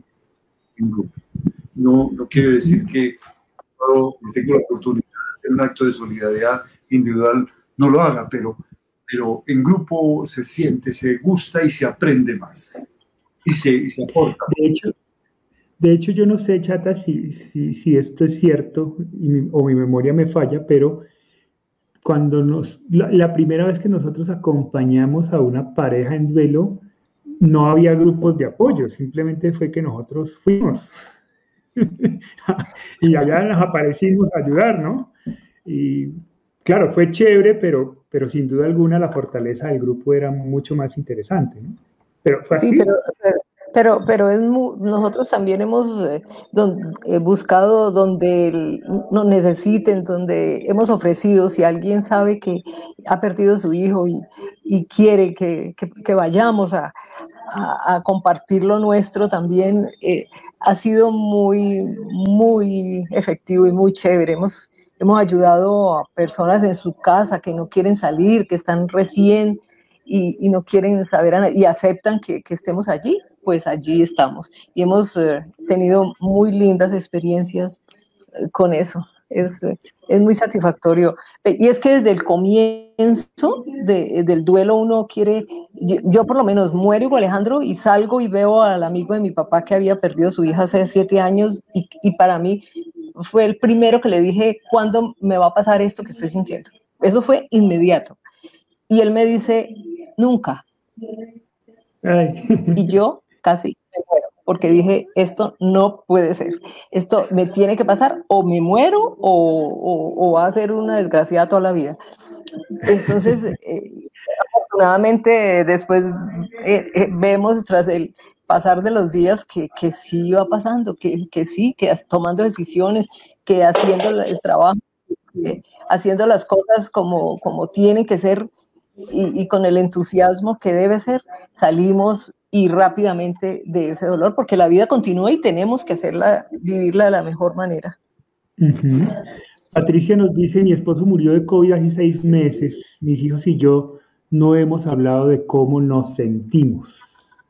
En grupo. No, no quiere decir que yo tengo la oportunidad de hacer un acto de solidaridad individual, no lo haga, pero, pero en grupo se siente, se gusta y se aprende más y se, y se aporta.
De hecho, de hecho, yo no sé, Chata, si, si, si esto es cierto y mi, o mi memoria me falla, pero cuando nos, la, la primera vez que nosotros acompañamos a una pareja en duelo, no había grupos de apoyo, simplemente fue que nosotros fuimos. Y allá nos aparecimos a ayudar, ¿no? Y claro, fue chévere, pero, pero sin duda alguna la fortaleza del grupo era mucho más interesante, ¿no? Pero fue así.
Sí, pero, pero, pero, pero es muy, nosotros también hemos eh, don, eh, buscado donde el, nos necesiten, donde hemos ofrecido, si alguien sabe que ha perdido a su hijo y, y quiere que, que, que vayamos a, a, a compartir lo nuestro también, eh, ha sido muy, muy efectivo y muy chévere. Hemos, hemos ayudado a personas en su casa que no quieren salir, que están recién y, y no quieren saber a, y aceptan que, que estemos allí, pues allí estamos. Y hemos eh, tenido muy lindas experiencias eh, con eso. Es, es muy satisfactorio. Y es que desde el comienzo de, del duelo uno quiere, yo, yo por lo menos muero igual Alejandro y salgo y veo al amigo de mi papá que había perdido a su hija hace siete años y, y para mí fue el primero que le dije, ¿cuándo me va a pasar esto que estoy sintiendo? Eso fue inmediato. Y él me dice, nunca. Ay. Y yo casi me muero, porque dije, esto no puede ser, esto me tiene que pasar, o me muero, o, o, o va a ser una desgraciada toda la vida. Entonces, eh, afortunadamente, después eh, eh, vemos tras el pasar de los días que, que sí va pasando, que, que sí, que tomando decisiones, que haciendo el trabajo, que haciendo las cosas como, como tienen que ser, y, y con el entusiasmo que debe ser, salimos y rápidamente de ese dolor, porque la vida continúa y tenemos que hacerla, vivirla de la mejor manera.
Uh-huh. Patricia nos dice, mi esposo murió de COVID hace seis meses, mis hijos y yo no hemos hablado de cómo nos sentimos.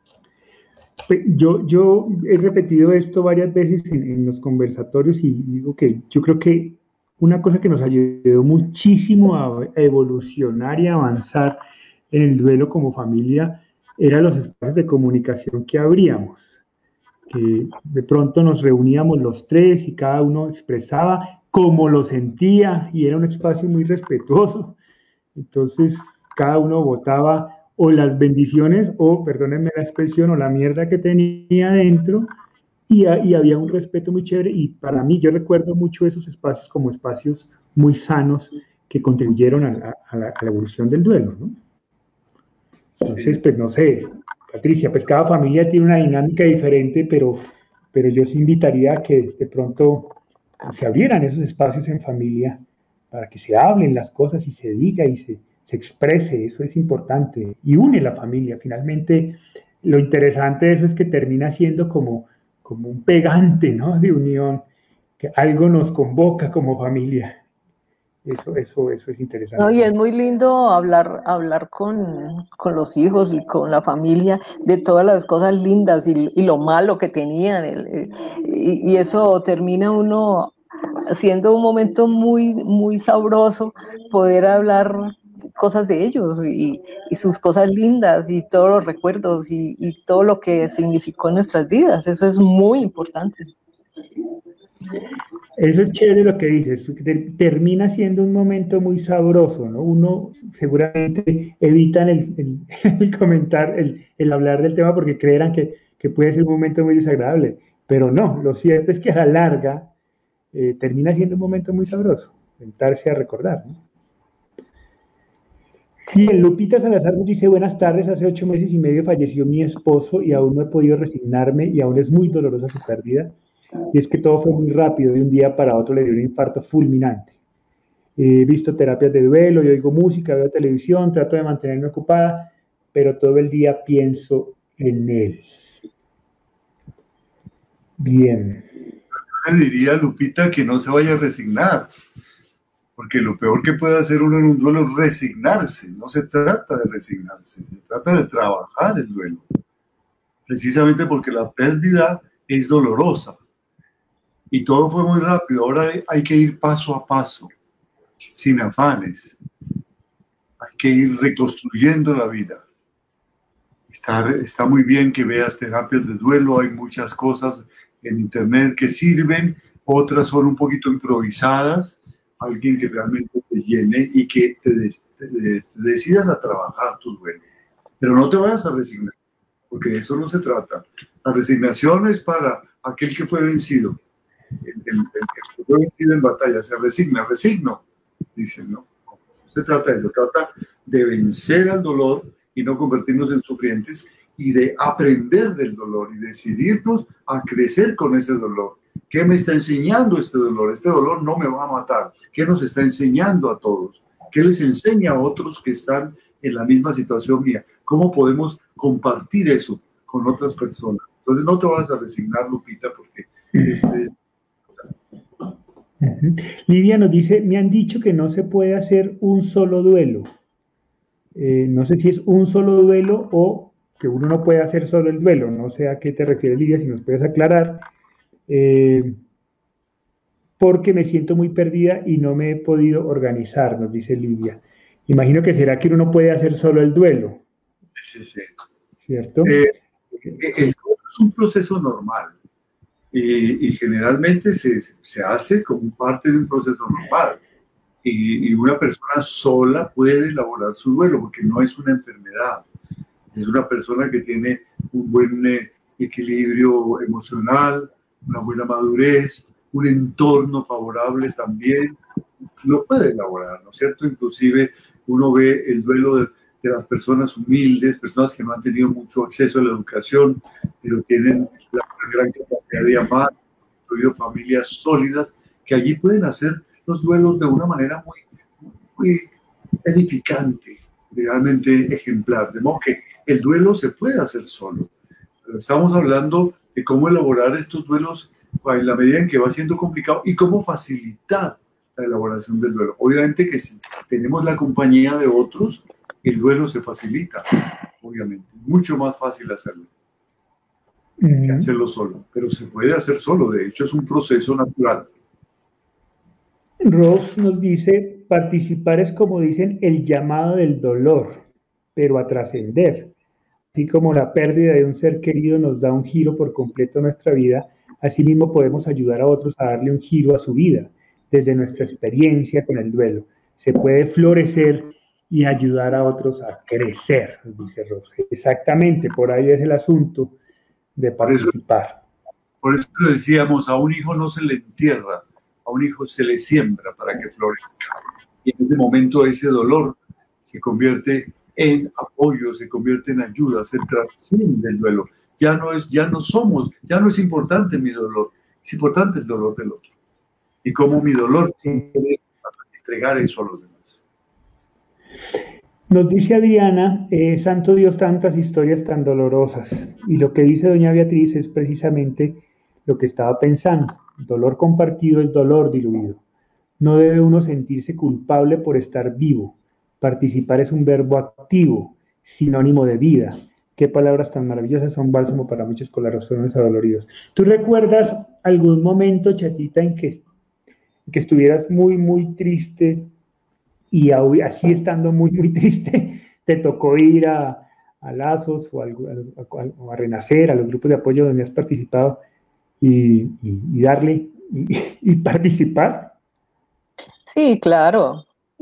Yo, yo he repetido esto varias veces en, en los conversatorios y digo que yo creo que una cosa que nos ayudó muchísimo a evolucionar y avanzar en el duelo como familia eran los espacios de comunicación que abríamos, que de pronto nos reuníamos los tres y cada uno expresaba cómo lo sentía y era un espacio muy respetuoso. Entonces cada uno votaba o las bendiciones o, perdónenme la expresión, o la mierda que tenía dentro. Y, y había un respeto muy chévere y para mí yo recuerdo mucho esos espacios como espacios muy sanos que contribuyeron a la, a la, a la evolución del duelo, ¿no? Entonces, pues no sé, Patricia, pues cada familia tiene una dinámica diferente, pero, pero yo sí invitaría a que de pronto se abrieran esos espacios en familia para que se hablen las cosas y se diga y se, se exprese, eso es importante y une la familia. Finalmente, lo interesante de eso es que termina siendo como como un pegante, ¿no? De unión, que algo nos convoca como familia. Eso, eso, eso es interesante.
No, y es muy lindo hablar, hablar con, con los hijos y con la familia de todas las cosas lindas y, y lo malo que tenían. El, y, y eso termina uno siendo un momento muy, muy sabroso poder hablar cosas de ellos y, y sus cosas lindas y todos los recuerdos y, y todo lo que significó en nuestras vidas. Eso es muy importante.
Eso es chévere lo que dices, termina siendo un momento muy sabroso, ¿no? Uno seguramente evita el, el, el comentar, el, el hablar del tema porque creerán que, que puede ser un momento muy desagradable, pero no, lo cierto es que a la larga eh, termina siendo un momento muy sabroso, sentarse a recordar, ¿no? Sí, Lupita Salazar nos dice, buenas tardes, hace ocho meses y medio falleció mi esposo y aún no he podido resignarme y aún es muy dolorosa su pérdida. Y es que todo fue muy rápido, de un día para otro le dio un infarto fulminante. He visto terapias de duelo, yo oigo música, veo televisión, trato de mantenerme ocupada, pero todo el día pienso en él. Bien.
Yo le diría a Lupita que no se vaya a resignar, porque lo peor que puede hacer uno en un duelo es resignarse. No se trata de resignarse, se trata de trabajar el duelo. Precisamente porque la pérdida es dolorosa. Y todo fue muy rápido. Ahora hay que ir paso a paso, sin afanes. Hay que ir reconstruyendo la vida. Está, está muy bien que veas terapias de duelo. Hay muchas cosas en internet que sirven. Otras son un poquito improvisadas. Alguien que realmente te llene y que te, te, te decidas a trabajar tu duelo. Pero no te vayas a resignar, porque de eso no se trata. La resignación es para aquel que fue vencido. El, el, el que fue vencido en batalla se resigna, resigno. Dicen, no, no se trata de eso. Se trata de vencer al dolor y no convertirnos en sufrientes y de aprender del dolor y decidirnos a crecer con ese dolor. ¿Qué me está enseñando este dolor? Este dolor no me va a matar. ¿Qué nos está enseñando a todos? ¿Qué les enseña a otros que están en la misma situación mía? ¿Cómo podemos compartir eso con otras personas. Entonces no te vas a resignar, Lupita, porque este,
Uh-huh. Lidia nos dice, me han dicho que no se puede hacer un solo duelo. Eh, no sé si es un solo duelo o que uno no puede hacer solo el duelo. No sé a qué te refieres, Lidia, si nos puedes aclarar. Eh, porque me siento muy perdida y no me he podido organizar, nos dice Lidia. Imagino que será que uno no puede hacer solo el duelo.
Sí, sí.
¿Cierto?
Eh, el duelo es un proceso normal. Y, y generalmente se, se hace como parte de un proceso normal. Y, y una persona sola puede elaborar su duelo porque no es una enfermedad. Es una persona que tiene un buen eh, equilibrio emocional, una buena madurez, un entorno favorable también. Lo puede elaborar, ¿no es cierto? Inclusive uno ve el duelo de, de las personas humildes, personas que no han tenido mucho acceso a la educación, pero tienen la gran capacidad de amar, incluido familias sólidas, que allí pueden hacer los duelos de una manera muy, muy edificante, realmente ejemplar. De modo que el duelo se puede hacer solo. Pero estamos hablando de cómo elaborar estos duelos en la medida en que va siendo complicado y cómo facilitar la elaboración del duelo. Obviamente que si tenemos la compañía de otros, el duelo se facilita, obviamente. Mucho más fácil hacerlo que hacerlo solo, pero se puede hacer solo, de hecho es un proceso natural.
Rose nos dice, participar es como dicen el llamado del dolor, pero a trascender. Así como la pérdida de un ser querido nos da un giro por completo a nuestra vida, asimismo podemos ayudar a otros a darle un giro a su vida, desde nuestra experiencia con el duelo. Se puede florecer y ayudar a otros a crecer, dice Rose. Exactamente, por ahí es el asunto de participar.
Por eso, por eso decíamos, a un hijo no se le entierra, a un hijo se le siembra para que florezca. Y en ese momento ese dolor se convierte en apoyo, se convierte en ayuda, se trasciende el duelo. Ya no, es, ya no somos, ya no es importante mi dolor, es importante el dolor del otro. Y cómo mi dolor tiene que entregar eso a los demás.
Nos dice Adriana, eh, santo Dios, tantas historias tan dolorosas. Y lo que dice doña Beatriz es precisamente lo que estaba pensando. Dolor compartido es dolor diluido. No debe uno sentirse culpable por estar vivo. Participar es un verbo activo, sinónimo de vida. Qué palabras tan maravillosas, son bálsamo para muchos corazones adoloridos. ¿Tú recuerdas algún momento, chatita, en que, en que estuvieras muy, muy triste y así estando muy, muy triste, te tocó ir a, a Lazos o a, a, a Renacer, a los grupos de apoyo donde has participado y, y, y darle y, y participar?
Sí, claro.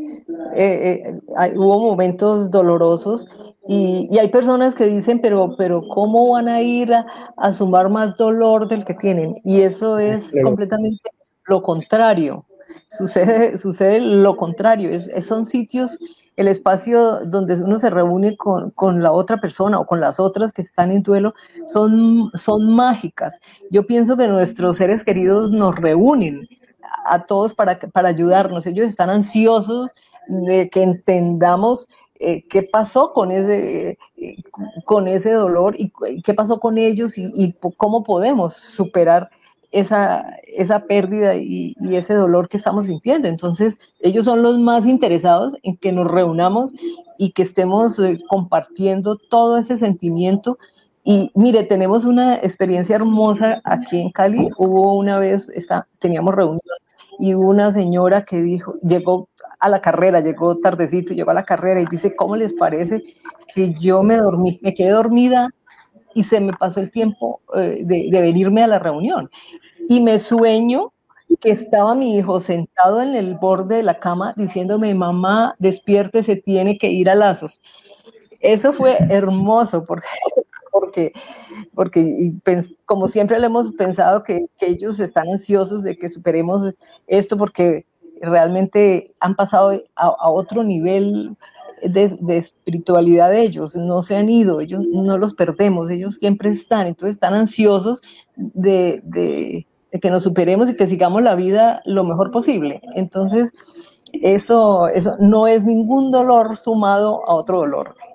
Eh, eh, hay, hubo momentos dolorosos y, y hay personas que dicen, pero, pero ¿cómo van a ir a, a sumar más dolor del que tienen? Y eso es claro. Completamente lo contrario. Sucede, sucede lo contrario. Es, es, son sitios, el espacio donde uno se reúne con, con la otra persona o con las otras que están en duelo, son, son mágicas. Yo pienso que nuestros seres queridos nos reúnen a todos para, para ayudarnos. Ellos están ansiosos de que entendamos eh, qué pasó con ese, eh, con ese dolor y, y qué pasó con ellos y, y cómo podemos superar esa, esa pérdida y, y ese dolor que estamos sintiendo. Entonces, ellos son los más interesados en que nos reunamos y que estemos eh, compartiendo todo ese sentimiento. Y mire, tenemos una experiencia hermosa aquí en Cali. Hubo una vez, está, teníamos reunión y una señora que dijo, llegó a la carrera, llegó tardecito, llegó a la carrera y dice, ¿cómo les parece que yo me dormí, me quedé dormida y se me pasó el tiempo eh, de, de venirme a la reunión? Y me sueño que estaba mi hijo sentado en el borde de la cama diciéndome, mamá, despiértese, tiene que ir a Lazos. Eso fue hermoso porque... porque, porque como siempre le hemos pensado que, que ellos están ansiosos de que superemos esto porque realmente han pasado a, a otro nivel de, de espiritualidad de ellos, no se han ido, ellos no los perdemos, ellos siempre están, entonces están ansiosos de, de, de que nos superemos y que sigamos la vida lo mejor posible. Entonces, Eso, eso no es ningún dolor sumado a otro dolor, es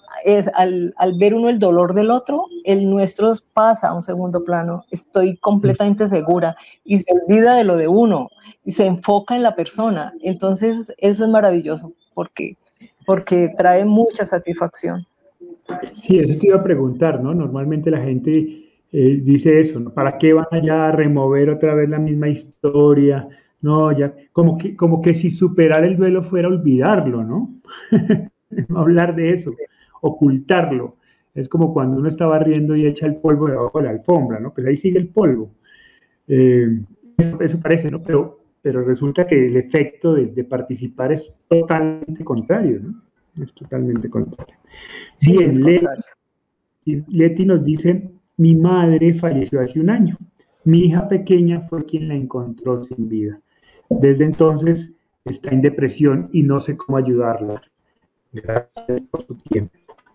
es al, al ver uno el dolor del otro, el nuestro pasa a un segundo plano, estoy completamente segura, y se olvida de lo de uno, y se enfoca en la persona. Entonces eso es maravilloso, porque, porque trae mucha satisfacción.
Sí, eso te iba a preguntar, ¿no? Normalmente la gente eh, dice eso, ¿no? ¿Para qué van allá a remover otra vez la misma historia? No, ya, como que, como que si superar el duelo fuera olvidarlo, ¿no? No hablar de eso, ocultarlo. Es como cuando uno está barriendo y echa el polvo debajo de la alfombra, ¿no? Pues ahí sigue el polvo. Eh, eso, eso parece, ¿no? Pero, pero resulta que el efecto de, de participar es totalmente contrario, ¿no? Es totalmente contrario.
Sí, es
Bien, Leti,
contrario.
Leti nos dice, mi madre falleció hace un año. Mi hija pequeña fue quien la encontró sin vida. Desde entonces está en depresión y no sé cómo ayudarla. Gracias por su tiempo.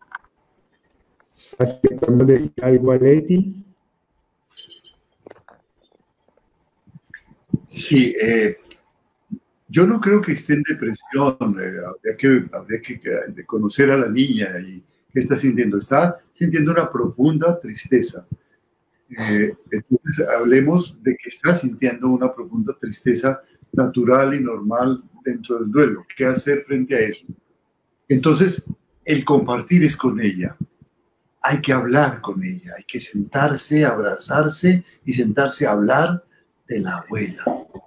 Así que podemos decir algo a Leti.
Sí, eh, yo no creo que esté en depresión. Eh, habría que, habría que eh, conocer a la niña y qué está sintiendo. Está sintiendo una profunda tristeza. Eh, entonces, hablemos de que está sintiendo una profunda tristeza natural y normal dentro del duelo. ¿Qué hacer frente a eso? Entonces, el compartir es con ella. Hay que hablar con ella, hay que sentarse, abrazarse y sentarse a hablar de la abuela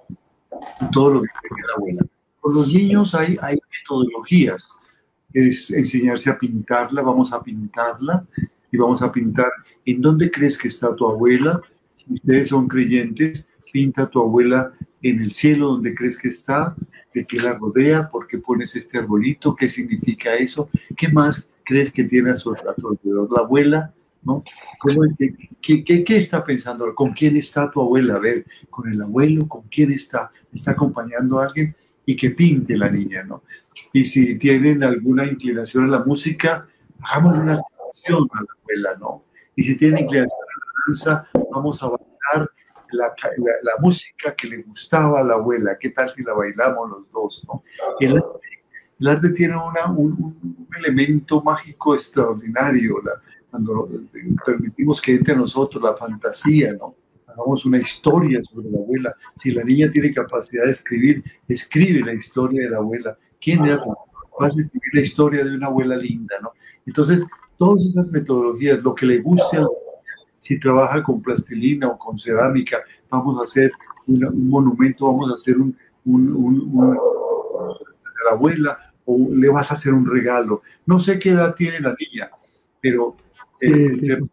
y todo lo que tiene la abuela. Con los niños hay, hay metodologías. Es enseñarse a pintarla, vamos a pintarla y vamos a pintar en dónde crees que está tu abuela. Si ustedes son creyentes, pinta a tu abuela en el cielo donde crees que está, de qué la rodea, por qué pones este arbolito, qué significa eso, qué más crees que tiene a su, a tu alrededor la abuela, ¿no? ¿Cómo, qué, qué, ¿Qué está pensando? ¿Con quién está tu abuela? A ver, ¿con el abuelo? ¿Con quién está? ¿Está acompañando a alguien? Y que pinte la niña, ¿no? Y si tienen alguna inclinación a la música, hagamos una canción a la abuela, ¿no? Y si tienen inclinación a la danza, vamos a bailar la, la, la música que le gustaba a la abuela. ¿Qué tal si la bailamos los dos, ¿no? El arte, el arte tiene una, un, un elemento mágico extraordinario, la, cuando permitimos que entre a nosotros la fantasía, ¿no? Hagamos una historia sobre la abuela. Si la niña tiene capacidad de escribir, escribe la historia de la abuela. ¿Quién era tu abuela? Vas a escribir la historia de una abuela linda, ¿no? Entonces, todas esas metodologías, lo que le guste a la niña, si trabaja con plastilina o con cerámica, vamos a hacer una, un monumento, vamos a hacer un, un, un, un de la abuela, o le vas a hacer un regalo. No sé qué edad tiene la niña, pero eh,
Sí, sí.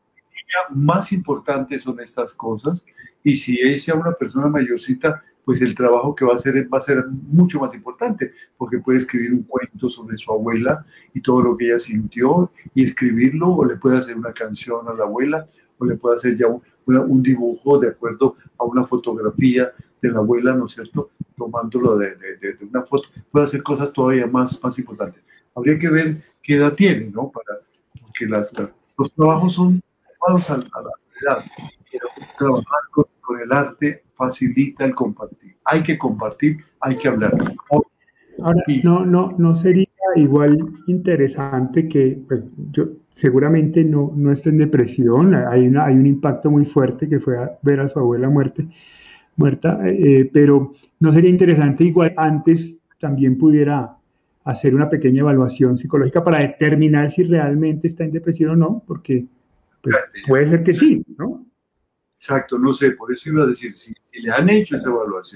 más importantes son estas cosas, y si es ya una persona mayorcita, pues el trabajo que va a hacer va a ser mucho más importante, porque puede escribir un cuento sobre su abuela y todo lo que ella sintió y escribirlo, o le puede hacer una canción a la abuela, o le puede hacer ya un, una, un dibujo de acuerdo a una fotografía de la abuela, ¿no es cierto? Tomándolo de, de, de, de una foto, puede hacer cosas todavía más, más importantes. Habría que ver qué edad tiene, ¿no? Para, porque las, las, los trabajos son adecuados a, a la edad, pero trabajar con, con el arte facilita el compartir. Hay que compartir, hay que hablar.
Ahora,
Sí.
no, no, no sería igual interesante que, pues, yo seguramente no, no está en depresión, hay, una, hay un impacto muy fuerte que fue a ver a su abuela muerte, muerta, eh, pero no sería interesante igual antes también pudiera hacer una pequeña evaluación psicológica para determinar si realmente está en depresión o no, porque pues, puede ser que sí, ¿no?
Exacto, no sé, por eso iba a decir, si, si le han hecho esa evaluación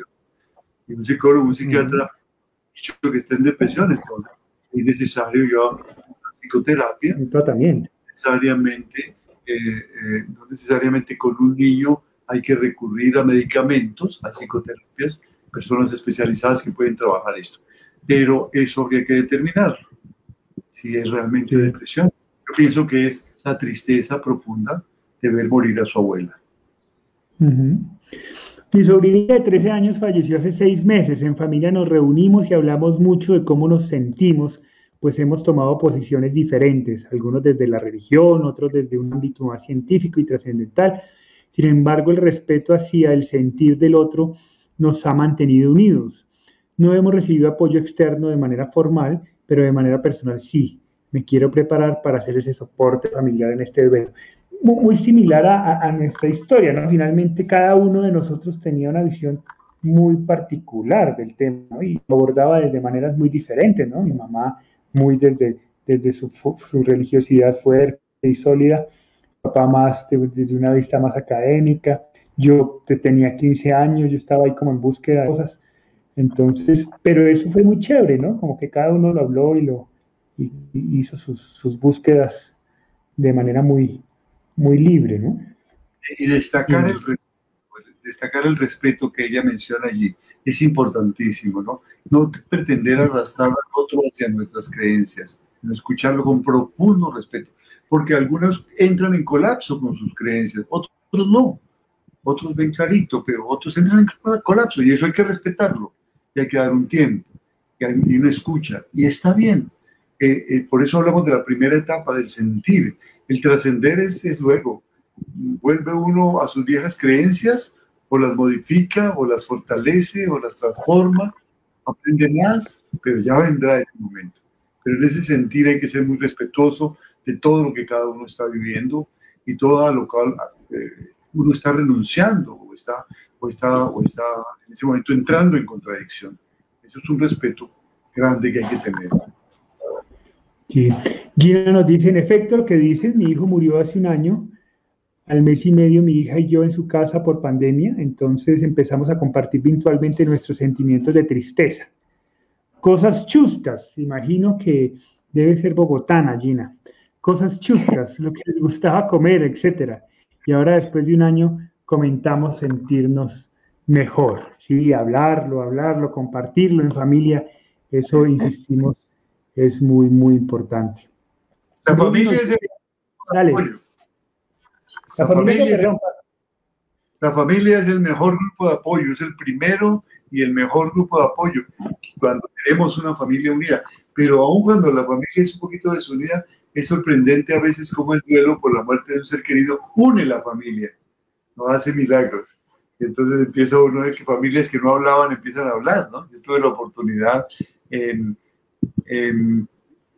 y un psicólogo, un psiquiatra ha dicho que está en depresión, entonces es necesario ya una psicoterapia.
Un tratamiento.
Necesariamente, eh, eh, no necesariamente con un niño hay que recurrir a medicamentos, a psicoterapias, personas especializadas que pueden trabajar esto. Pero eso habría que determinarlo, si es realmente
Sí.
depresión. Yo pienso que es la tristeza profunda de ver morir a su abuela.
Uh-huh. Mi sobrinita de trece años falleció hace seis meses. En familia nos reunimos y hablamos mucho de cómo nos sentimos, pues hemos tomado posiciones diferentes, algunos desde la religión, otros desde un ámbito más científico y trascendental. Sin embargo, el respeto hacia el sentir del otro nos ha mantenido unidos. No hemos recibido apoyo externo de manera formal, pero de manera personal sí. me quiero preparar para hacer ese soporte familiar en este duelo. Muy, muy similar a, a, nuestra historia, ¿no? Finalmente cada uno de nosotros tenía una visión muy particular del tema, ¿no? Y lo abordaba desde maneras muy diferentes, ¿no? Mi mamá muy desde, desde su, su religiosidad fuerte y sólida, papá más de, desde una vista más académica, yo tenía quince años, yo estaba ahí como en búsqueda de cosas, entonces, pero eso fue muy chévere, ¿no? Como que cada uno lo habló y lo y, y hizo sus, sus búsquedas de manera muy, muy libre, ¿no?
Y destacar, el, destacar el respeto que ella menciona allí es importantísimo, ¿no? No pretender arrastrar al otro hacia nuestras creencias, sino escucharlo con profundo respeto, porque algunos entran en colapso con sus creencias, otros no, otros ven clarito, pero otros entran en colapso y eso hay que respetarlo, y hay que dar un tiempo, y uno escucha, y está bien. Eh, eh, por eso hablamos de la primera etapa, del sentir. El trascender es, es luego. Vuelve uno a sus viejas creencias, o las modifica, o las fortalece, o las transforma, aprende más, pero ya vendrá ese momento. Pero en ese sentir hay que ser muy respetuoso de todo lo que cada uno está viviendo y todo lo cual eh, uno está renunciando o está, o, está, o está en ese momento entrando en contradicción. Eso es un respeto grande que hay que tener.
Sí. Gina nos dice, en efecto, lo que dices, mi hijo murió hace un año, al mes y medio mi hija y yo en su casa por pandemia, entonces empezamos a compartir virtualmente nuestros sentimientos de tristeza. Cosas chuscas, imagino que debe ser bogotana, Gina. Cosas chuscas, lo que les gustaba comer, etcétera. Y ahora, después de un año, comentamos sentirnos mejor, ¿sí? Hablarlo, hablarlo, compartirlo en familia, eso, insistimos, es muy, muy importante.
La familia es el
Dale.
apoyo.
La,
La,
familia
familia
es
el, la familia es el mejor grupo de apoyo, es el primero y el mejor grupo de apoyo cuando tenemos una familia unida. Pero aun cuando la familia es un poquito desunida, es sorprendente a veces cómo el duelo por la muerte de un ser querido une la familia, no hace milagros. Y entonces empieza uno a ver que familias que no hablaban empiezan a hablar, ¿no? Yo tuve la oportunidad en, en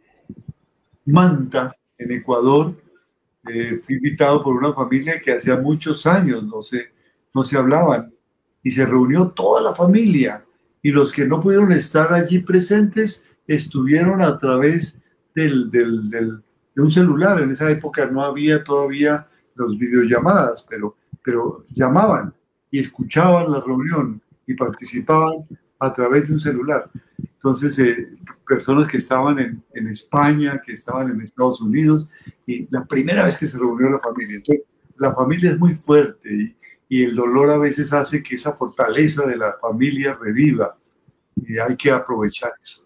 Manta, en Ecuador, eh, fui invitado por una familia que hacía muchos años no se, no se hablaban y se reunió toda la familia y los que no pudieron estar allí presentes estuvieron a través del, del, del, de un celular. En esa época no había todavía los videollamadas, pero, pero llamaban y escuchaban la reunión y participaban a través de un celular. Entonces, eh, personas que estaban en, en España, que estaban en Estados Unidos, y la primera vez que se reunió la familia. Entonces, la familia es muy fuerte y, y el dolor a veces hace que esa fortaleza de la familia reviva y hay que aprovechar eso.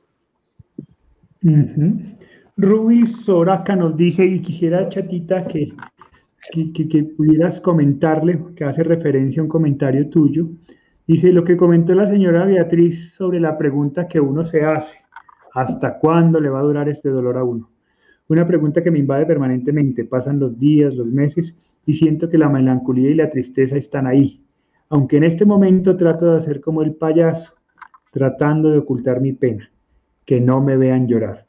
Uh-huh. Ruby Soraca nos dice, y quisiera, Chatita, que, que, que, que pudieras comentarle, que hace referencia a un comentario tuyo. Dice, lo que comentó la señora Beatriz sobre la pregunta que uno se hace, ¿hasta cuándo le va a durar este dolor a uno? Una pregunta que me invade permanentemente, pasan los días, los meses, y siento que la melancolía y la tristeza están ahí, aunque en este momento trato de hacer como el payaso, tratando de ocultar mi pena, que no me vean llorar.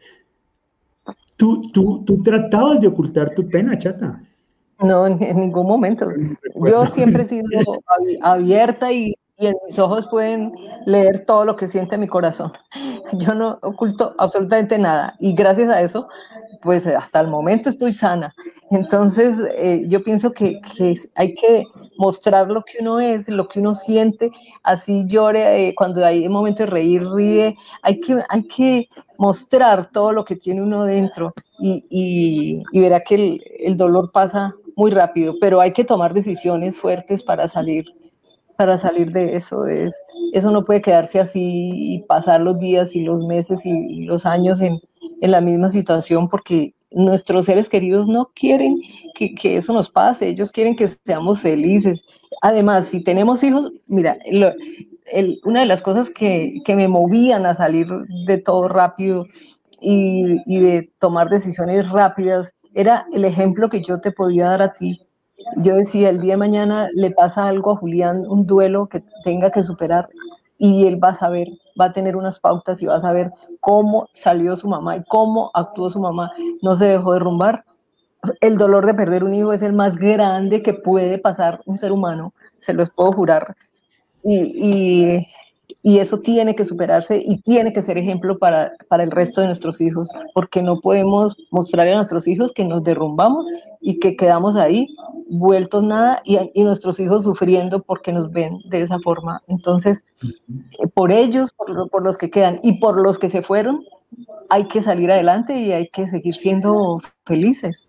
¿Tú, tú, tú tratabas de ocultar tu pena, Chata?
No, en, en ningún momento. Yo siempre he sido abierta y, y en mis ojos pueden leer todo lo que siente mi corazón. Yo no oculto absolutamente nada y gracias a eso, pues hasta el momento estoy sana. Entonces, eh, yo pienso que, que hay que mostrar lo que uno es, lo que uno siente, así llore, eh, cuando hay un momento de reír, ríe, hay que, hay que mostrar todo lo que tiene uno dentro y, y, y verá que el, el dolor pasa muy rápido, pero hay que tomar decisiones fuertes para salir, para salir de eso. Es, eso no puede quedarse así y pasar los días y los meses y, y los años en, en la misma situación porque nuestros seres queridos no quieren que, que eso nos pase, ellos quieren que seamos felices. Además, si tenemos hijos, mira, lo, el, una de las cosas que, que me movían a salir de todo rápido y, y de tomar decisiones rápidas era el ejemplo que yo te podía dar a ti. Yo decía, el día de mañana le pasa algo a Julián, un duelo que tenga que superar, y él va a saber, va a tener unas pautas y va a saber cómo salió su mamá y cómo actuó su mamá, no se dejó derrumbar. El dolor de perder un hijo es el más grande que puede pasar un ser humano, se los puedo jurar. Y, y, y eso tiene que superarse y tiene que ser ejemplo para, para el resto de nuestros hijos, porque no podemos mostrarle a nuestros hijos que nos derrumbamos y que quedamos ahí vueltos nada y, y nuestros hijos sufriendo porque nos ven de esa forma. Entonces, por ellos, por, por los que quedan y por los que se fueron, hay que salir adelante y hay que seguir siendo felices.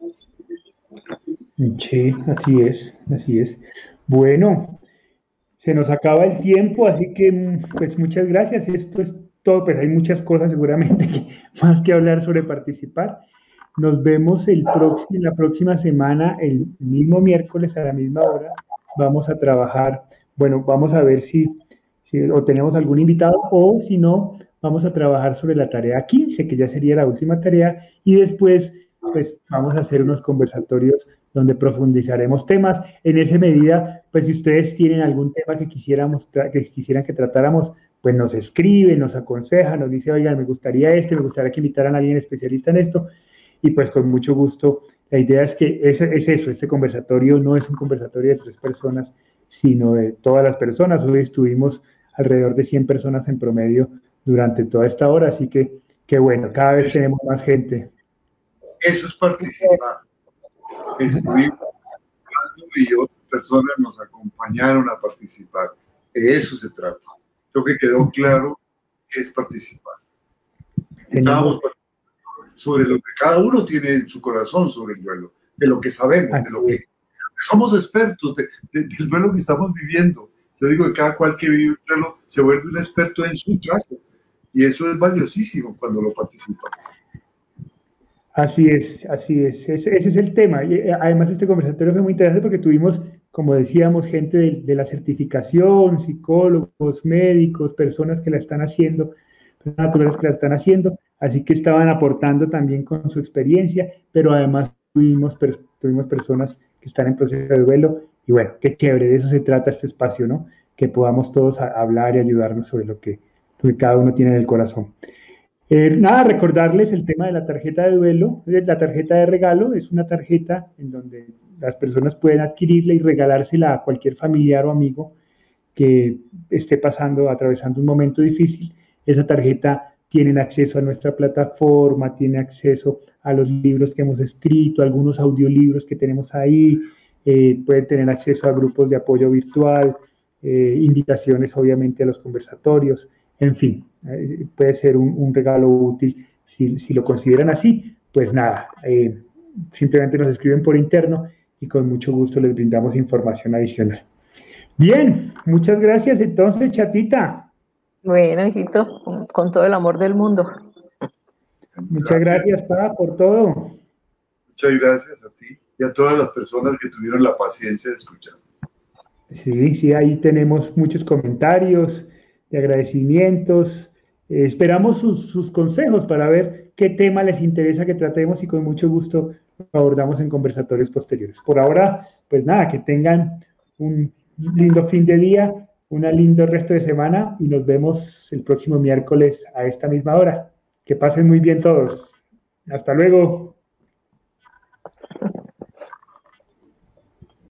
Sí, así es, así es. Bueno, se nos acaba el tiempo, así que pues muchas gracias. Esto es todo, pues hay muchas cosas seguramente que, más que hablar sobre participar. Nos vemos el próximo, la próxima semana, el mismo miércoles a la misma hora. Vamos a trabajar, bueno, vamos a ver si, si o tenemos algún invitado o si no, vamos a trabajar sobre la tarea quince, que ya sería la última tarea, y después pues vamos a hacer unos conversatorios donde profundizaremos temas. En esa medida, pues si ustedes tienen algún tema que quisiéramos, que quisieran que tratáramos, pues nos escriben, nos aconsejan, nos dice, oigan, me gustaría este, me gustaría que invitaran a alguien especialista en esto, y pues con mucho gusto. La idea es que es, es eso, este conversatorio no es un conversatorio de tres personas, sino de todas las personas. Hoy estuvimos alrededor de cien personas en promedio durante toda esta hora, así que, que bueno, cada vez tenemos más gente.
Eso es participar. Estuvimos y otras personas nos acompañaron a participar. De eso se trata. Creo que quedó claro que es participar. Estábamos sobre lo que cada uno tiene en su corazón sobre el duelo, de lo que sabemos, de lo que somos expertos, de, de, del duelo que estamos viviendo. Yo digo que cada cual que vive un duelo se vuelve un experto en su caso, y eso es valiosísimo cuando lo participa.
Así es, así es, ese, ese es el tema. Y además este conversatorio fue muy interesante porque tuvimos, como decíamos, gente de, de la certificación, psicólogos, médicos, personas que la están haciendo, personas naturales que la están haciendo, así que estaban aportando también con su experiencia, pero además tuvimos, tuvimos personas que están en proceso de duelo, y bueno, qué chévere, de eso se trata este espacio, ¿no? Que podamos todos hablar y ayudarnos sobre lo que, lo que cada uno tiene en el corazón. Eh, nada, recordarles el tema de la tarjeta de duelo. La tarjeta de regalo es una tarjeta en donde las personas pueden adquirirla y regalársela a cualquier familiar o amigo que esté pasando, atravesando un momento difícil. Esa tarjeta tiene acceso a nuestra plataforma, tiene acceso a los libros que hemos escrito, algunos audiolibros que tenemos ahí, eh, pueden tener acceso a grupos de apoyo virtual, eh, invitaciones obviamente a los conversatorios, en fin, eh, puede ser un, un regalo útil si, si, lo consideran así. Pues nada, eh, simplemente nos escriben por interno y con mucho gusto les brindamos información adicional. Bien, muchas gracias entonces, chatita.
Bueno, hijito, con, con todo el amor del mundo.
Muchas gracias, Pa, por todo.
Muchas gracias a ti y a todas las personas que tuvieron la paciencia de escucharnos.
Sí, sí, ahí tenemos muchos comentarios de agradecimientos. Eh, esperamos sus, sus consejos para ver qué tema les interesa que tratemos y con mucho gusto lo abordamos en conversatorios posteriores. Por ahora, pues nada, que tengan un lindo fin de día, un lindo resto de semana y nos vemos el próximo miércoles a esta misma hora. Que pasen muy bien todos. Hasta luego.